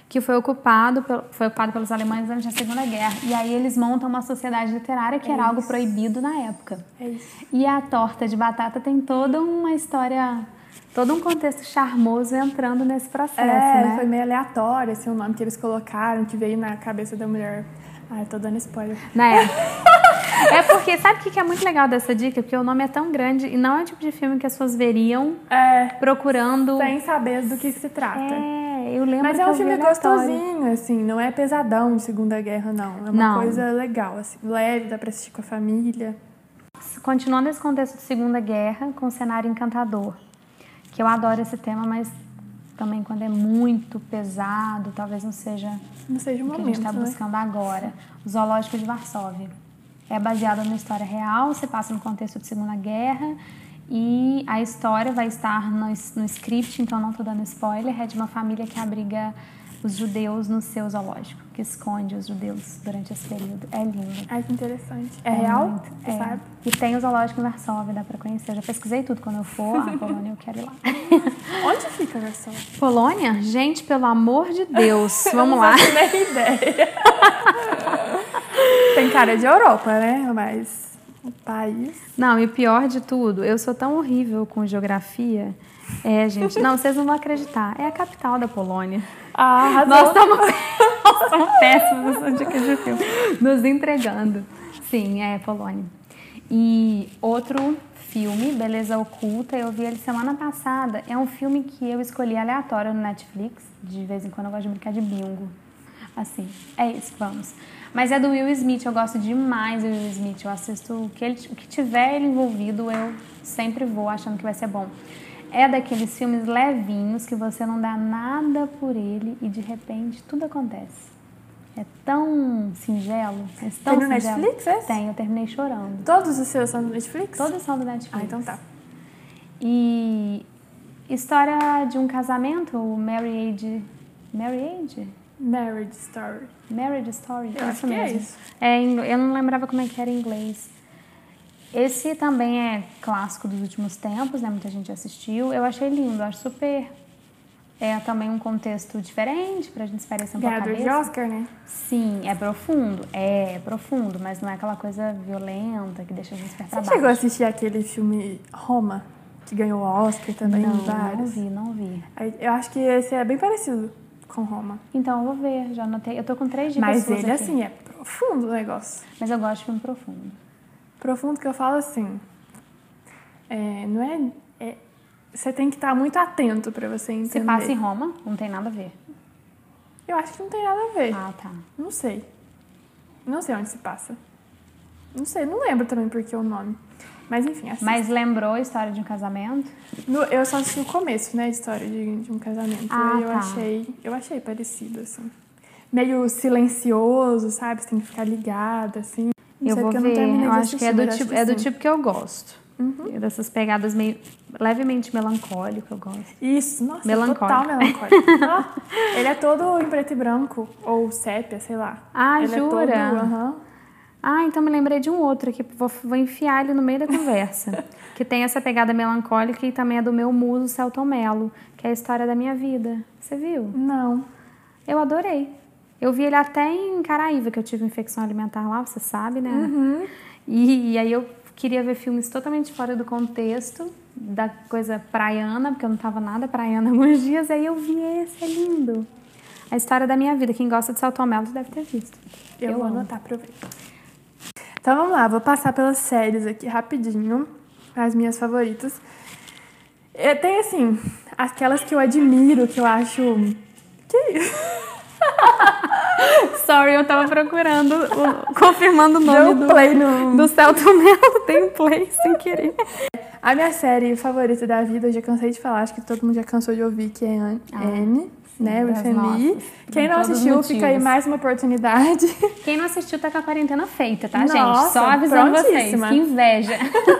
Speaker 1: que foi ocupado, foi ocupado pelos alemães durante a Segunda Guerra. E aí eles montam uma sociedade literária que é era isso. algo proibido na época.
Speaker 2: É isso.
Speaker 1: E a torta de batata tem toda uma história, todo um contexto charmoso entrando nesse processo,
Speaker 2: é,
Speaker 1: né?
Speaker 2: Foi meio aleatório, assim, o nome que eles colocaram, que veio na cabeça da mulher. Ah, eu tô dando spoiler.
Speaker 1: Na época. É porque, sabe o que é muito legal dessa dica? Porque o nome é tão grande e não é o tipo de filme que as pessoas veriam
Speaker 2: é,
Speaker 1: procurando...
Speaker 2: Sem saber do que se trata.
Speaker 1: É, eu lembro
Speaker 2: Mas
Speaker 1: que
Speaker 2: é um
Speaker 1: eu
Speaker 2: filme
Speaker 1: vi
Speaker 2: gostosinho, assim, não é pesadão de Segunda Guerra, não. É uma
Speaker 1: não.
Speaker 2: coisa legal, assim, leve, dá pra assistir com a família.
Speaker 1: Continuando esse contexto de Segunda Guerra, com um cenário encantador. Que eu adoro esse tema, mas também quando é muito pesado, talvez não seja,
Speaker 2: não seja o
Speaker 1: que
Speaker 2: momento,
Speaker 1: a gente está
Speaker 2: né?
Speaker 1: buscando agora. O Zoológico de Varsóvia. É baseado numa história real, se passa no contexto de Segunda Guerra e a história vai estar no, no script, então não estou dando spoiler, é de uma família que abriga os judeus no seu zoológico, que esconde os judeus durante esse período. É lindo.
Speaker 2: Ai, que interessante. É, é real?
Speaker 1: Muito,
Speaker 2: é.
Speaker 1: Sabe? E tem o Zoológico em Varsóvia, dá pra conhecer. Eu já pesquisei tudo. Quando eu for à Polônia, eu quero ir lá.
Speaker 2: Onde fica Varsóvia?
Speaker 1: Polônia? Gente, pelo amor de Deus. Vamos
Speaker 2: eu
Speaker 1: lá.
Speaker 2: Não faço nem ideia. Tem cara de Europa, né? Mas o país...
Speaker 1: Não, e o pior de tudo, eu sou tão horrível com geografia. É, gente, não, vocês não vão acreditar. É a capital da Polônia.
Speaker 2: Ah, arrasou.
Speaker 1: Nós estamos péssimos nessa dica de filme. Nos entregando. Sim, é Polônia. E outro filme, Beleza Oculta, eu vi ele semana passada. É um filme que eu escolhi aleatório no Netflix. De vez em quando eu gosto de brincar de bingo. Assim, é isso, vamos. Mas é do Will Smith, eu gosto demais do Will Smith. Eu assisto o que, ele, o que tiver ele envolvido, eu sempre vou achando que vai ser bom. É daqueles filmes levinhos que você não dá nada por ele e de repente tudo acontece. É tão singelo. É tão
Speaker 2: Tem no
Speaker 1: singelo.
Speaker 2: Netflix, é?
Speaker 1: Tem, eu terminei chorando.
Speaker 2: Todos os seus são do Netflix?
Speaker 1: Todos são do Netflix.
Speaker 2: Ah, então tá.
Speaker 1: E história de um casamento, Marriage... Marriage?
Speaker 2: Marriage Story.
Speaker 1: Marriage Story,
Speaker 2: eu
Speaker 1: é
Speaker 2: acho
Speaker 1: isso
Speaker 2: que
Speaker 1: mesmo.
Speaker 2: é isso.
Speaker 1: É, eu não lembrava como é que era em inglês. Esse também é clássico dos últimos tempos, né? Muita gente assistiu. Eu achei lindo, acho super... É também um contexto diferente pra gente se parecer um pouco a
Speaker 2: Ganhador
Speaker 1: cabeça.
Speaker 2: de Oscar, né?
Speaker 1: Sim, é profundo. É, é profundo, mas não é aquela coisa violenta que deixa a gente pé pra baixo.
Speaker 2: Você chegou a assistir aquele filme Roma, que ganhou o Oscar também?
Speaker 1: Não,
Speaker 2: vários?
Speaker 1: não vi, não vi.
Speaker 2: Eu acho que esse é bem parecido com Roma.
Speaker 1: Então, eu vou ver, já anotei. Eu tô com três dicas
Speaker 2: Mas
Speaker 1: suas
Speaker 2: ele,
Speaker 1: aqui.
Speaker 2: assim, é profundo o negócio.
Speaker 1: Mas eu gosto de filme profundo.
Speaker 2: Profundo que eu falo assim, é, não é, é... Você tem que estar muito atento pra você entender.
Speaker 1: Se passa em Roma, não tem nada a ver.
Speaker 2: Eu acho que não tem nada a ver.
Speaker 1: Ah, tá.
Speaker 2: Não sei. Não sei onde se passa. Não sei, não lembro também porque o nome. Mas enfim, assista.
Speaker 1: Mas lembrou a história de um casamento?
Speaker 2: No, eu só assisti o começo, né, a história de, de um casamento.
Speaker 1: Ah,
Speaker 2: e eu
Speaker 1: tá.
Speaker 2: achei, eu achei parecido, assim. Meio silencioso, sabe? Você tem que ficar ligada, assim. Não
Speaker 1: Eu
Speaker 2: sei,
Speaker 1: vou
Speaker 2: porque
Speaker 1: ver.
Speaker 2: eu, não
Speaker 1: Eu
Speaker 2: de
Speaker 1: acho que é
Speaker 2: assistir,
Speaker 1: do,
Speaker 2: mas
Speaker 1: tipo,
Speaker 2: acho
Speaker 1: é do
Speaker 2: sim.
Speaker 1: tipo que eu gosto.
Speaker 2: Uhum.
Speaker 1: Dessas pegadas meio levemente melancólico, eu gosto.
Speaker 2: Isso, nossa,
Speaker 1: Melancólico.
Speaker 2: total melancólico. Ah, ele é todo em preto e branco, ou sépia, sei lá.
Speaker 1: Ah,
Speaker 2: ele
Speaker 1: jura?
Speaker 2: É todo, uhum.
Speaker 1: Ah, então me lembrei de um outro aqui, vou, vou enfiar ele no meio da conversa. Que tem essa pegada melancólica e também é do meu muso, Celton Mello, que é a história da minha vida. Você viu?
Speaker 2: Não.
Speaker 1: Eu adorei. Eu vi ele até em Caraíva, que eu tive infecção alimentar lá, você sabe, né?
Speaker 2: Uhum.
Speaker 1: E, e aí eu queria ver filmes totalmente fora do contexto, da coisa praiana, porque eu não tava nada praiana alguns dias, aí eu vi esse, é lindo. A história da minha vida. Quem gosta de Celton Mello deve ter visto.
Speaker 2: Eu, eu vou anotar pra eu ver. Então vamos lá, vou passar pelas séries aqui rapidinho, as minhas favoritas. Eu tenho, assim, aquelas que eu admiro, que eu acho... Que isso?
Speaker 1: Sorry, eu tava procurando, o, confirmando o nome
Speaker 2: Deu
Speaker 1: do,
Speaker 2: play no...
Speaker 1: do Celton Mello. Tem um play sem querer.
Speaker 2: A minha série favorita da vida, eu já cansei de falar, acho que todo mundo já cansou de ouvir, que é Anne,
Speaker 1: Ah,
Speaker 2: Anne
Speaker 1: sim,
Speaker 2: né,
Speaker 1: das
Speaker 2: With Emily.
Speaker 1: nossas,
Speaker 2: Quem
Speaker 1: por
Speaker 2: não
Speaker 1: todos os
Speaker 2: assistiu, fica aí
Speaker 1: motivos.
Speaker 2: mais uma oportunidade.
Speaker 1: Quem não assistiu tá com a quarentena feita, tá,
Speaker 2: Nossa,
Speaker 1: gente? Só avisando vocês.
Speaker 2: prontíssima.
Speaker 1: Que inveja.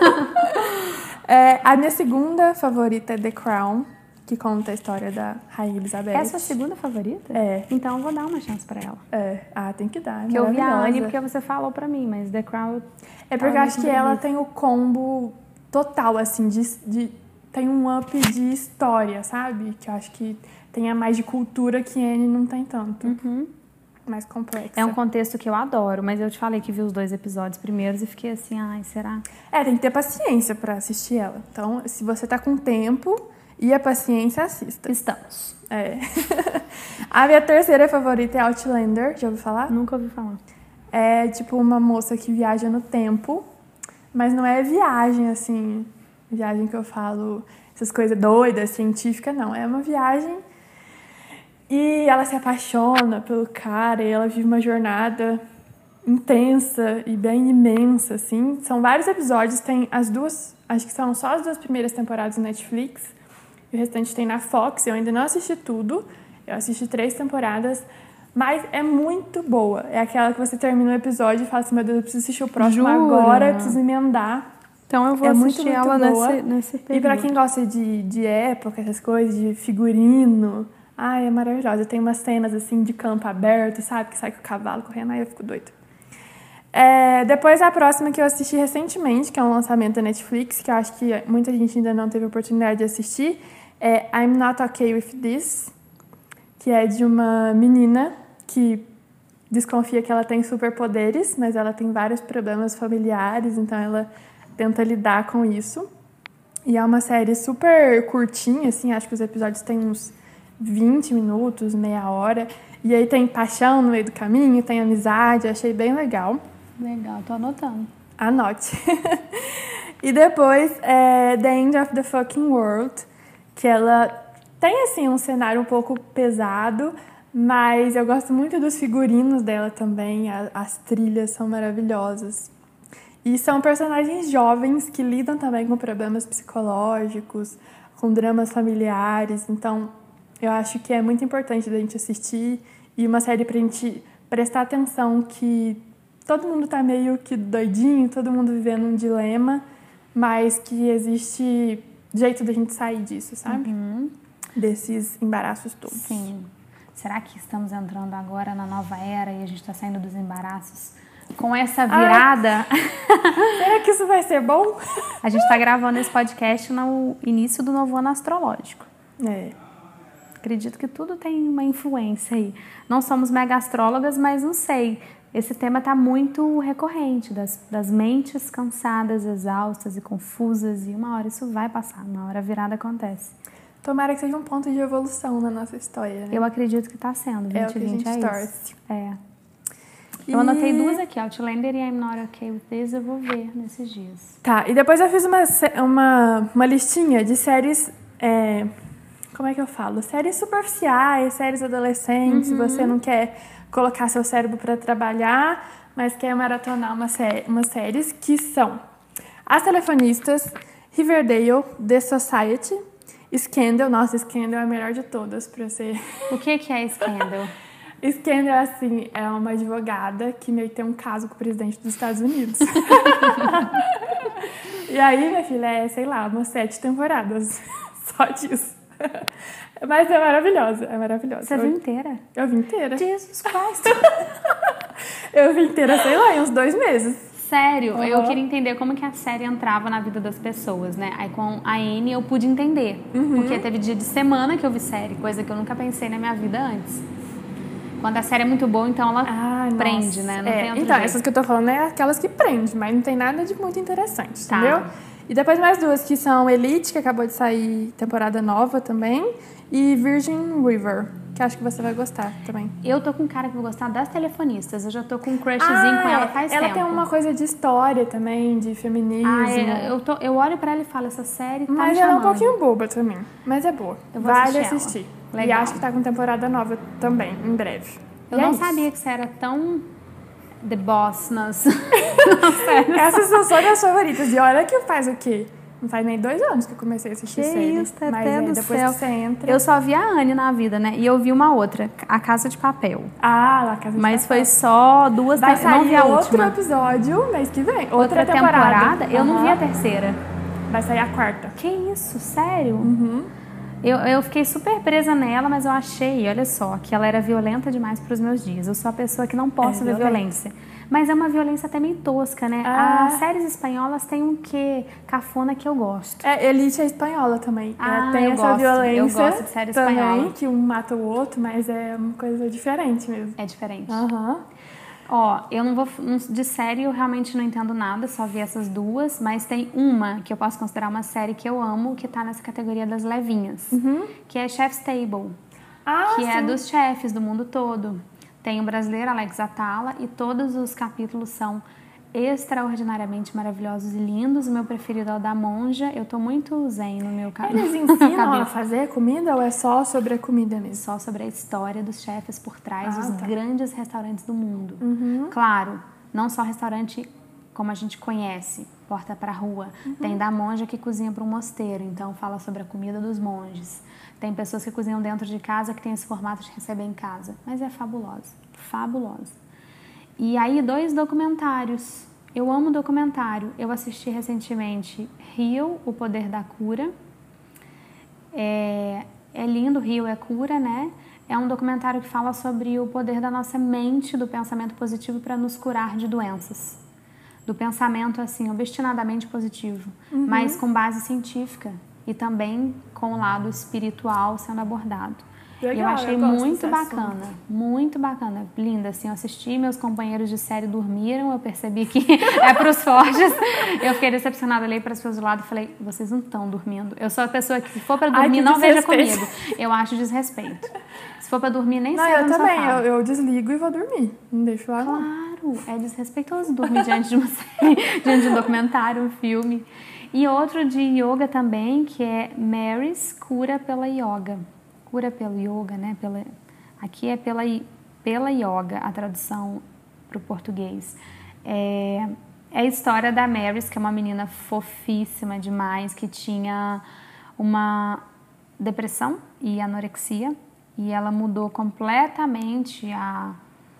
Speaker 2: É, a minha segunda favorita é The Crown, que conta a história da Rainha Elizabeth.
Speaker 1: É a sua segunda favorita?
Speaker 2: É.
Speaker 1: Então eu vou dar uma chance pra ela.
Speaker 2: É, ah, tem que dar, é
Speaker 1: Porque eu vi a Anne
Speaker 2: maravilhosa.
Speaker 1: porque você falou pra mim, mas The Crown...
Speaker 2: É porque eu
Speaker 1: Ela
Speaker 2: acho
Speaker 1: me
Speaker 2: que ela
Speaker 1: convence.
Speaker 2: tem o combo total, assim, de, de tem um up de história, sabe? Que eu acho que tem a mais de cultura que Anne não tem tanto.
Speaker 1: Uhum.
Speaker 2: Mais complexa.
Speaker 1: É um contexto que eu adoro, mas eu te falei que vi os dois episódios primeiros e fiquei assim, ai, será?
Speaker 2: É, tem que ter paciência pra assistir ela. Então, se você tá com tempo e a paciência, assista.
Speaker 1: Estamos.
Speaker 2: É. A minha terceira favorita é Outlander, já ouviu falar?
Speaker 1: Nunca ouvi falar.
Speaker 2: É tipo uma moça que viaja no tempo, mas não é viagem, assim, viagem que eu falo, essas coisas doidas, científicas, não. É uma viagem e ela se apaixona pelo cara e ela vive uma jornada intensa e bem imensa, assim. São vários episódios, tem as duas, acho que são só as duas primeiras temporadas do Netflix, e o restante tem na Fox. Eu ainda não assisti tudo, eu assisti três temporadas, mas é muito boa. É aquela que você termina o episódio e fala assim, meu Deus, eu preciso assistir o próximo
Speaker 1: Jura?
Speaker 2: agora, eu preciso emendar.
Speaker 1: Então eu vou
Speaker 2: é
Speaker 1: assistir
Speaker 2: muito, muito
Speaker 1: ela
Speaker 2: boa.
Speaker 1: nesse, nesse período.
Speaker 2: E pra quem gosta de, de época, essas coisas, de figurino, ai, é maravilhosa. Tem umas cenas assim de campo aberto, sabe? Que sai com o cavalo correndo, aí eu fico doida. É, depois a próxima que eu assisti recentemente, que é um lançamento da Netflix, que eu acho que muita gente ainda não teve oportunidade de assistir, é I'm Not Okay With This, que é de uma menina que desconfia que ela tem superpoderes, mas ela tem vários problemas familiares, então ela tenta lidar com isso. E é uma série super curtinha, assim, acho que os episódios têm uns vinte minutos, meia hora. E aí tem paixão no meio do caminho, tem amizade, achei bem legal.
Speaker 1: Legal, tô anotando.
Speaker 2: Anote. E depois, é The End of the Fucking World, que ela tem, assim, um cenário um pouco pesado, mas eu gosto muito dos figurinos dela também, as trilhas são maravilhosas. E são personagens jovens que lidam também com problemas psicológicos, com dramas familiares, então eu acho que é muito importante a gente assistir e uma série pra gente prestar atenção que todo mundo tá meio que doidinho, todo mundo vivendo um dilema, mas que existe jeito da gente sair disso, sabe?
Speaker 1: Uhum.
Speaker 2: Desses embaraços todos.
Speaker 1: Sim. Será que estamos entrando agora na nova era e a gente tá saindo dos embaraços? Com essa virada...
Speaker 2: Será que isso vai ser bom?
Speaker 1: A gente tá gravando esse podcast no início do novo ano astrológico.
Speaker 2: É.
Speaker 1: Acredito que tudo tem uma influência aí. Não somos mega astrólogas, mas não sei. Esse tema está muito recorrente, das, das mentes cansadas, exaustas e confusas. E uma hora isso vai passar, uma hora a virada acontece.
Speaker 2: Tomara que seja um ponto de evolução na nossa história, né?
Speaker 1: Eu acredito que está sendo. vinte
Speaker 2: é o que a gente
Speaker 1: é
Speaker 2: torce.
Speaker 1: Isso. É. Eu e... anotei duas aqui, Outlander e I'm Not Okay With This, eu vou ver nesses dias.
Speaker 2: Tá, e depois eu fiz uma, uma, uma listinha de séries... É... Como é que eu falo? Séries superficiais, séries adolescentes, uhum. Você não quer colocar seu cérebro para trabalhar, mas quer maratonar uma sé- umas séries que são As Telefonistas, Riverdale, The Society, Scandal. Nossa, Scandal é a melhor de todas pra ser...
Speaker 1: O que que é Scandal?
Speaker 2: Scandal, assim, é uma advogada que meio que tem um caso com o presidente dos Estados Unidos. E aí, minha filha, é, sei lá, umas sete temporadas. Só disso. Mas é maravilhosa, é maravilhosa.
Speaker 1: Você
Speaker 2: eu,
Speaker 1: viu inteira?
Speaker 2: Eu vi inteira.
Speaker 1: Jesus Christ!
Speaker 2: Eu vi inteira, sei lá, em uns dois meses.
Speaker 1: Sério, uhum. Eu queria entender como que a série entrava na vida das pessoas, né? Aí com a Anne eu pude entender. Uhum. Porque teve dia de semana que eu vi série, coisa que eu nunca pensei na minha vida antes. Quando a série é muito boa, então ela ah, prende,
Speaker 2: nossa.
Speaker 1: né? Não
Speaker 2: é,
Speaker 1: tem outro
Speaker 2: então,
Speaker 1: jeito.
Speaker 2: Essas que eu tô falando é aquelas que prendem, mas não tem nada de muito interessante,
Speaker 1: tá.
Speaker 2: Entendeu? E depois mais duas que são Elite, que acabou de sair temporada nova também, e Virgin River, que acho que você vai gostar também.
Speaker 1: Eu tô com cara que vou gostar das Telefonistas, eu já tô com um crushzinho
Speaker 2: ah,
Speaker 1: com ela faz
Speaker 2: ela
Speaker 1: tempo.
Speaker 2: Ela tem uma coisa de história também, de feminismo.
Speaker 1: Ah, é, eu, tô, eu olho pra ela e falo, essa série tá
Speaker 2: Mas
Speaker 1: me
Speaker 2: ela
Speaker 1: chamando.
Speaker 2: é um pouquinho boba também, mas é boa.
Speaker 1: Eu vou
Speaker 2: vale
Speaker 1: assistir.
Speaker 2: assistir.
Speaker 1: Legal.
Speaker 2: E acho que tá com temporada nova também, em breve.
Speaker 1: Eu
Speaker 2: e
Speaker 1: não
Speaker 2: é
Speaker 1: sabia que você era tão the boss nas, nas
Speaker 2: séries. Essas são só minhas favoritas. E olha que faz o quê? Não faz nem dois anos que eu comecei a assistir
Speaker 1: que
Speaker 2: série.
Speaker 1: Isso,
Speaker 2: mas
Speaker 1: até
Speaker 2: é,
Speaker 1: do
Speaker 2: depois
Speaker 1: céu.
Speaker 2: que você entra...
Speaker 1: Eu só vi a Anne na vida, né? E eu vi uma outra, A Casa de Papel.
Speaker 2: Ah, lá, Casa de
Speaker 1: Mas
Speaker 2: Papel.
Speaker 1: foi só duas...
Speaker 2: Vai
Speaker 1: te... não vi a
Speaker 2: outro
Speaker 1: última.
Speaker 2: episódio mês que vem. Outra,
Speaker 1: outra
Speaker 2: temporada.
Speaker 1: temporada? Eu
Speaker 2: uhum.
Speaker 1: não vi a terceira.
Speaker 2: Vai sair a quarta.
Speaker 1: Que isso? Sério?
Speaker 2: Uhum.
Speaker 1: Eu, eu fiquei super presa nela, mas eu achei, olha só, que ela era violenta demais para os meus dias. Eu sou a pessoa que não posso
Speaker 2: é
Speaker 1: ver
Speaker 2: violenta.
Speaker 1: violência. Mas é uma violência até meio tosca, né?
Speaker 2: Ah.
Speaker 1: As séries espanholas têm um quê cafona que eu gosto.
Speaker 2: É, Elite é espanhola também.
Speaker 1: Ah,
Speaker 2: é, tem
Speaker 1: eu
Speaker 2: essa
Speaker 1: gosto,
Speaker 2: violência
Speaker 1: eu gosto de série
Speaker 2: também,
Speaker 1: espanhola.
Speaker 2: que um mata o outro, mas é uma coisa diferente mesmo.
Speaker 1: É diferente.
Speaker 2: Aham.
Speaker 1: Ó, eu não vou... De série eu realmente não entendo nada, só vi essas duas, mas tem uma que eu posso considerar uma série que eu amo, que tá nessa categoria das levinhas,
Speaker 2: Uhum.
Speaker 1: que é Chef's Table,
Speaker 2: Ah,
Speaker 1: que
Speaker 2: sim.
Speaker 1: é dos chefes do mundo todo. Tem o brasileiro Alex Atala e todos os capítulos são extraordinariamente maravilhosos e lindos. O meu preferido é o da monja. Eu tô muito zen no meu cabelo.
Speaker 2: Eles ensinam a fazer comida ou é só sobre a comida mesmo?
Speaker 1: Só sobre a história dos chefes por trás
Speaker 2: Ah,
Speaker 1: dos
Speaker 2: tá.
Speaker 1: grandes restaurantes do mundo.
Speaker 2: Uhum.
Speaker 1: Claro, não só restaurante como a gente conhece, porta pra rua.
Speaker 2: Uhum.
Speaker 1: Tem da monja que cozinha para um mosteiro, então fala sobre a comida dos monges. Tem pessoas que cozinham dentro de casa, que tem esse formato de receber em casa. Mas é fabulosa, fabulosa. E aí, dois documentários. Eu amo documentário. Eu assisti recentemente Rio, O Poder da Cura. É, é lindo, Rio é cura, né? É um documentário que fala sobre o poder da nossa mente, do pensamento positivo para nos curar de doenças. Do pensamento, assim, obstinadamente positivo,
Speaker 2: Uhum.
Speaker 1: mas com base científica e também com o lado espiritual sendo abordado.
Speaker 2: Legal,
Speaker 1: eu achei
Speaker 2: eu gosto
Speaker 1: muito
Speaker 2: desse
Speaker 1: bacana,
Speaker 2: assunto.
Speaker 1: muito bacana, linda, assim, eu assisti, meus companheiros de série dormiram, eu percebi que é para os fortes, eu fiquei decepcionada, olhei para as pessoas do lado e falei, vocês não estão dormindo, eu sou a pessoa que se for para dormir,
Speaker 2: Ai,
Speaker 1: não veja
Speaker 2: desrespeito.
Speaker 1: comigo, eu acho desrespeito, se for para dormir, nem
Speaker 2: Não,
Speaker 1: senta
Speaker 2: eu
Speaker 1: no
Speaker 2: também.
Speaker 1: sofá.
Speaker 2: Eu, eu desligo e vou dormir. Não deixo lá, não.
Speaker 1: Claro, é desrespeitoso dormir diante de uma série, diante de um documentário, um filme. E outro de yoga também, que é Mary's Cura pela Yoga. Cura pelo yoga, né? Pela, aqui é pela, pela yoga, a tradução para o português. É, é a história da Mary's, que é uma menina fofíssima demais, que tinha uma depressão e anorexia. E ela mudou completamente a,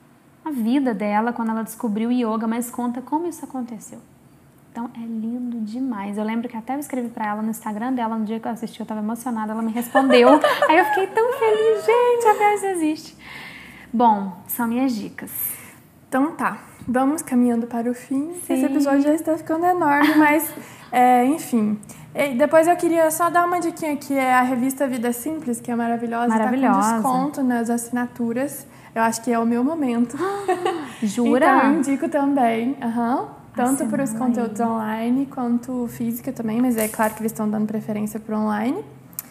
Speaker 1: a vida dela quando ela descobriu o yoga, mas conta como isso aconteceu. Então, é lindo demais. Eu lembro que até eu escrevi pra ela no Instagram dela, no dia que eu assisti, eu tava emocionada, ela me respondeu. Aí eu fiquei tão feliz, gente, a Mary's existe. Bom, são minhas dicas.
Speaker 2: Então tá, vamos caminhando para o fim.
Speaker 1: Sim.
Speaker 2: Esse episódio já está ficando enorme, mas, é, enfim. E depois eu queria só dar uma diquinha que é a revista Vida Simples, que é maravilhosa.
Speaker 1: Maravilhosa.
Speaker 2: Tá com desconto nas assinaturas. Eu acho que é o meu momento.
Speaker 1: Jura?
Speaker 2: Então eu indico também. Aham. Tanto para os
Speaker 1: Assina
Speaker 2: conteúdos
Speaker 1: aí.
Speaker 2: online quanto física também, mas é claro que eles estão dando preferência para online.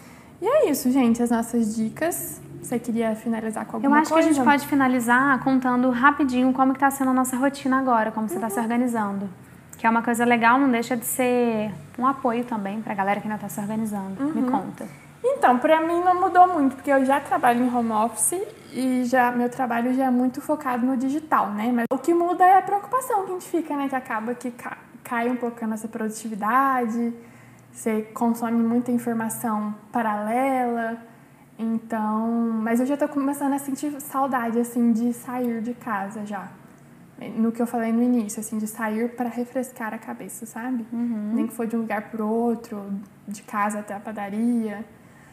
Speaker 2: E é isso, gente, as nossas dicas. Você queria finalizar com alguma
Speaker 1: Eu acho
Speaker 2: coisa?
Speaker 1: que a gente pode finalizar contando rapidinho como que tá sendo a nossa rotina agora, como você está se organizando. Que é uma coisa legal, não deixa de ser um apoio também pra galera que ainda tá se organizando. Me conta.
Speaker 2: Então, pra mim não mudou muito, porque eu já trabalho em home office e já, meu trabalho já é muito focado no digital, né? Mas o que muda é a preocupação que a gente fica, né? Que acaba que ca- cai um pouco a nossa produtividade, você consome muita informação paralela, então... Mas eu já tô começando a sentir saudade, assim, de sair de casa já. No que eu falei no início, assim, de sair para refrescar a cabeça, sabe?
Speaker 1: Uhum.
Speaker 2: Nem que for de um lugar pro outro, de casa até a padaria...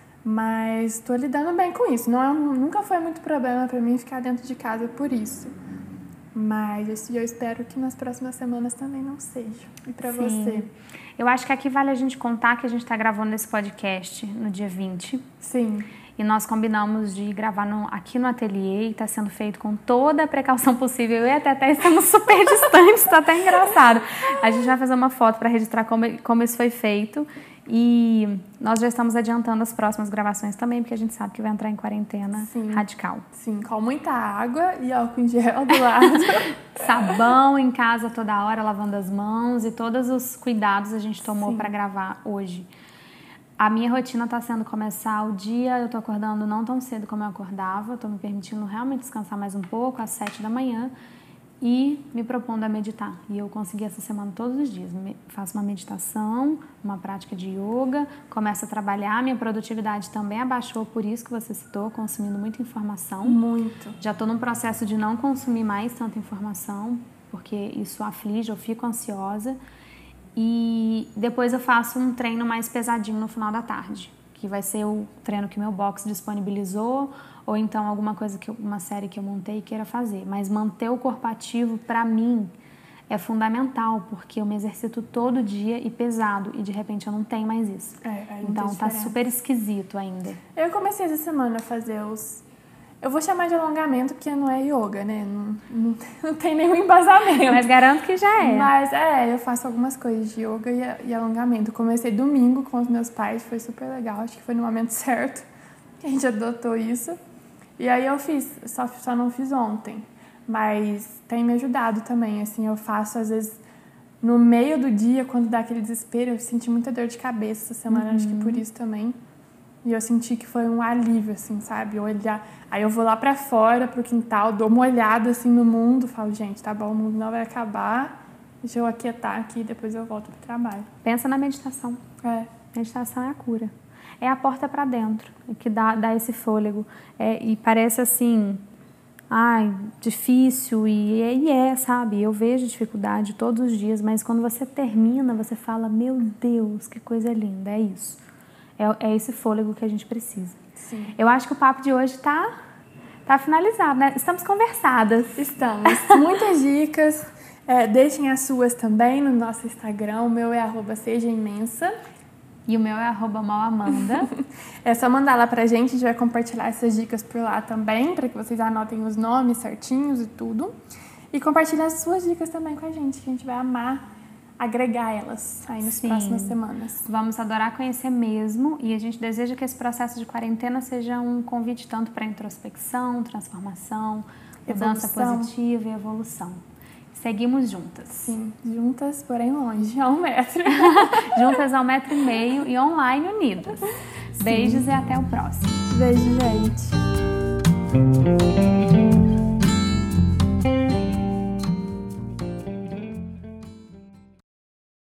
Speaker 2: Mas estou lidando bem com isso. Não é, nunca foi muito problema para mim ficar dentro de casa por isso. Mas eu espero que nas próximas semanas também não seja. E para você?
Speaker 1: Eu acho que aqui vale a gente contar que a gente está gravando esse podcast no dia vinte.
Speaker 2: Sim.
Speaker 1: E nós combinamos de gravar no, aqui no ateliê e está sendo feito com toda a precaução possível. Eu e a Teté estamos super distantes, está até engraçado. A gente vai fazer uma foto para registrar como, como isso foi feito. E nós já estamos adiantando as próximas gravações também, porque a gente sabe que vai entrar em quarentena
Speaker 2: Sim.
Speaker 1: radical.
Speaker 2: Sim, com muita água e álcool em gel do lado.
Speaker 1: Sabão em casa toda hora, lavando as mãos e todos os cuidados a gente tomou para gravar hoje. A minha rotina está sendo começar o dia, eu estou acordando não tão cedo como eu acordava, estou me permitindo realmente descansar mais um pouco, às sete da manhã, e me propondo a meditar. E eu consegui essa semana todos os dias. Faço uma meditação, uma prática de yoga, começo a trabalhar, minha produtividade também abaixou, por isso que você citou, consumindo muita informação.
Speaker 2: Muito.
Speaker 1: Já estou num processo de não consumir mais tanta informação, porque isso aflige, eu fico ansiosa. E depois eu faço um treino mais pesadinho no final da tarde, que vai ser o treino que meu box disponibilizou, ou então alguma coisa, que eu, uma série que eu montei e queira fazer. Mas manter o corpo ativo, para mim, é fundamental, porque eu me exercito todo dia e pesado, e de repente eu não tenho mais isso.
Speaker 2: É,
Speaker 1: então tá super esquisito ainda.
Speaker 2: Eu comecei essa semana a fazer os... Eu vou chamar de alongamento, porque não é yoga, né? Não, não, não tem nenhum embasamento.
Speaker 1: Mas garanto que já é.
Speaker 2: Mas é, eu faço algumas coisas de yoga e, e alongamento. Comecei domingo com os meus pais, foi super legal. Acho que foi no momento certo que a gente adotou isso. E aí eu fiz, só, só não fiz ontem. Mas tem me ajudado também, assim, eu faço às vezes no meio do dia, quando dá aquele desespero. Eu senti muita dor de cabeça essa semana, uhum. Acho que por isso também. E eu senti que foi um alívio, assim, sabe? Olhar. Aí eu vou lá pra fora, pro quintal, dou uma olhada, assim, no mundo. Falo, gente, tá bom, o mundo não vai acabar. Deixa eu aquietar aqui e depois eu volto pro trabalho.
Speaker 1: Pensa na meditação.
Speaker 2: É.
Speaker 1: Meditação é a cura. É a porta pra dentro, que dá, dá esse fôlego. É, e parece, assim, ai, difícil. E, e é, sabe? Eu vejo dificuldade todos os dias, mas quando você termina, você fala, meu Deus, que coisa linda, é isso. É, é esse fôlego que a gente precisa.
Speaker 2: Sim.
Speaker 1: Eu acho que o papo de hoje tá, tá finalizado, né? Estamos conversadas.
Speaker 2: Estamos. Muitas dicas. É, deixem as suas também no nosso Instagram. O meu é arroba seja imensa.
Speaker 1: E o meu é arroba malamanda.
Speaker 2: É só mandar lá pra gente. A gente vai compartilhar essas dicas por lá também, para que vocês anotem os nomes certinhos e tudo. E compartilhar as suas dicas também com a gente, que a gente vai amar agregar elas aí nas
Speaker 1: Sim.
Speaker 2: próximas semanas.
Speaker 1: Vamos adorar conhecer mesmo, e a gente deseja que esse processo de quarentena seja um convite tanto para introspecção, transformação, mudança positiva e evolução. Seguimos juntas.
Speaker 2: Sim, juntas, porém longe, a um metro.
Speaker 1: Juntas a um metro e meio e online unidas. Sim. Beijos e até o próximo.
Speaker 2: Beijo, gente.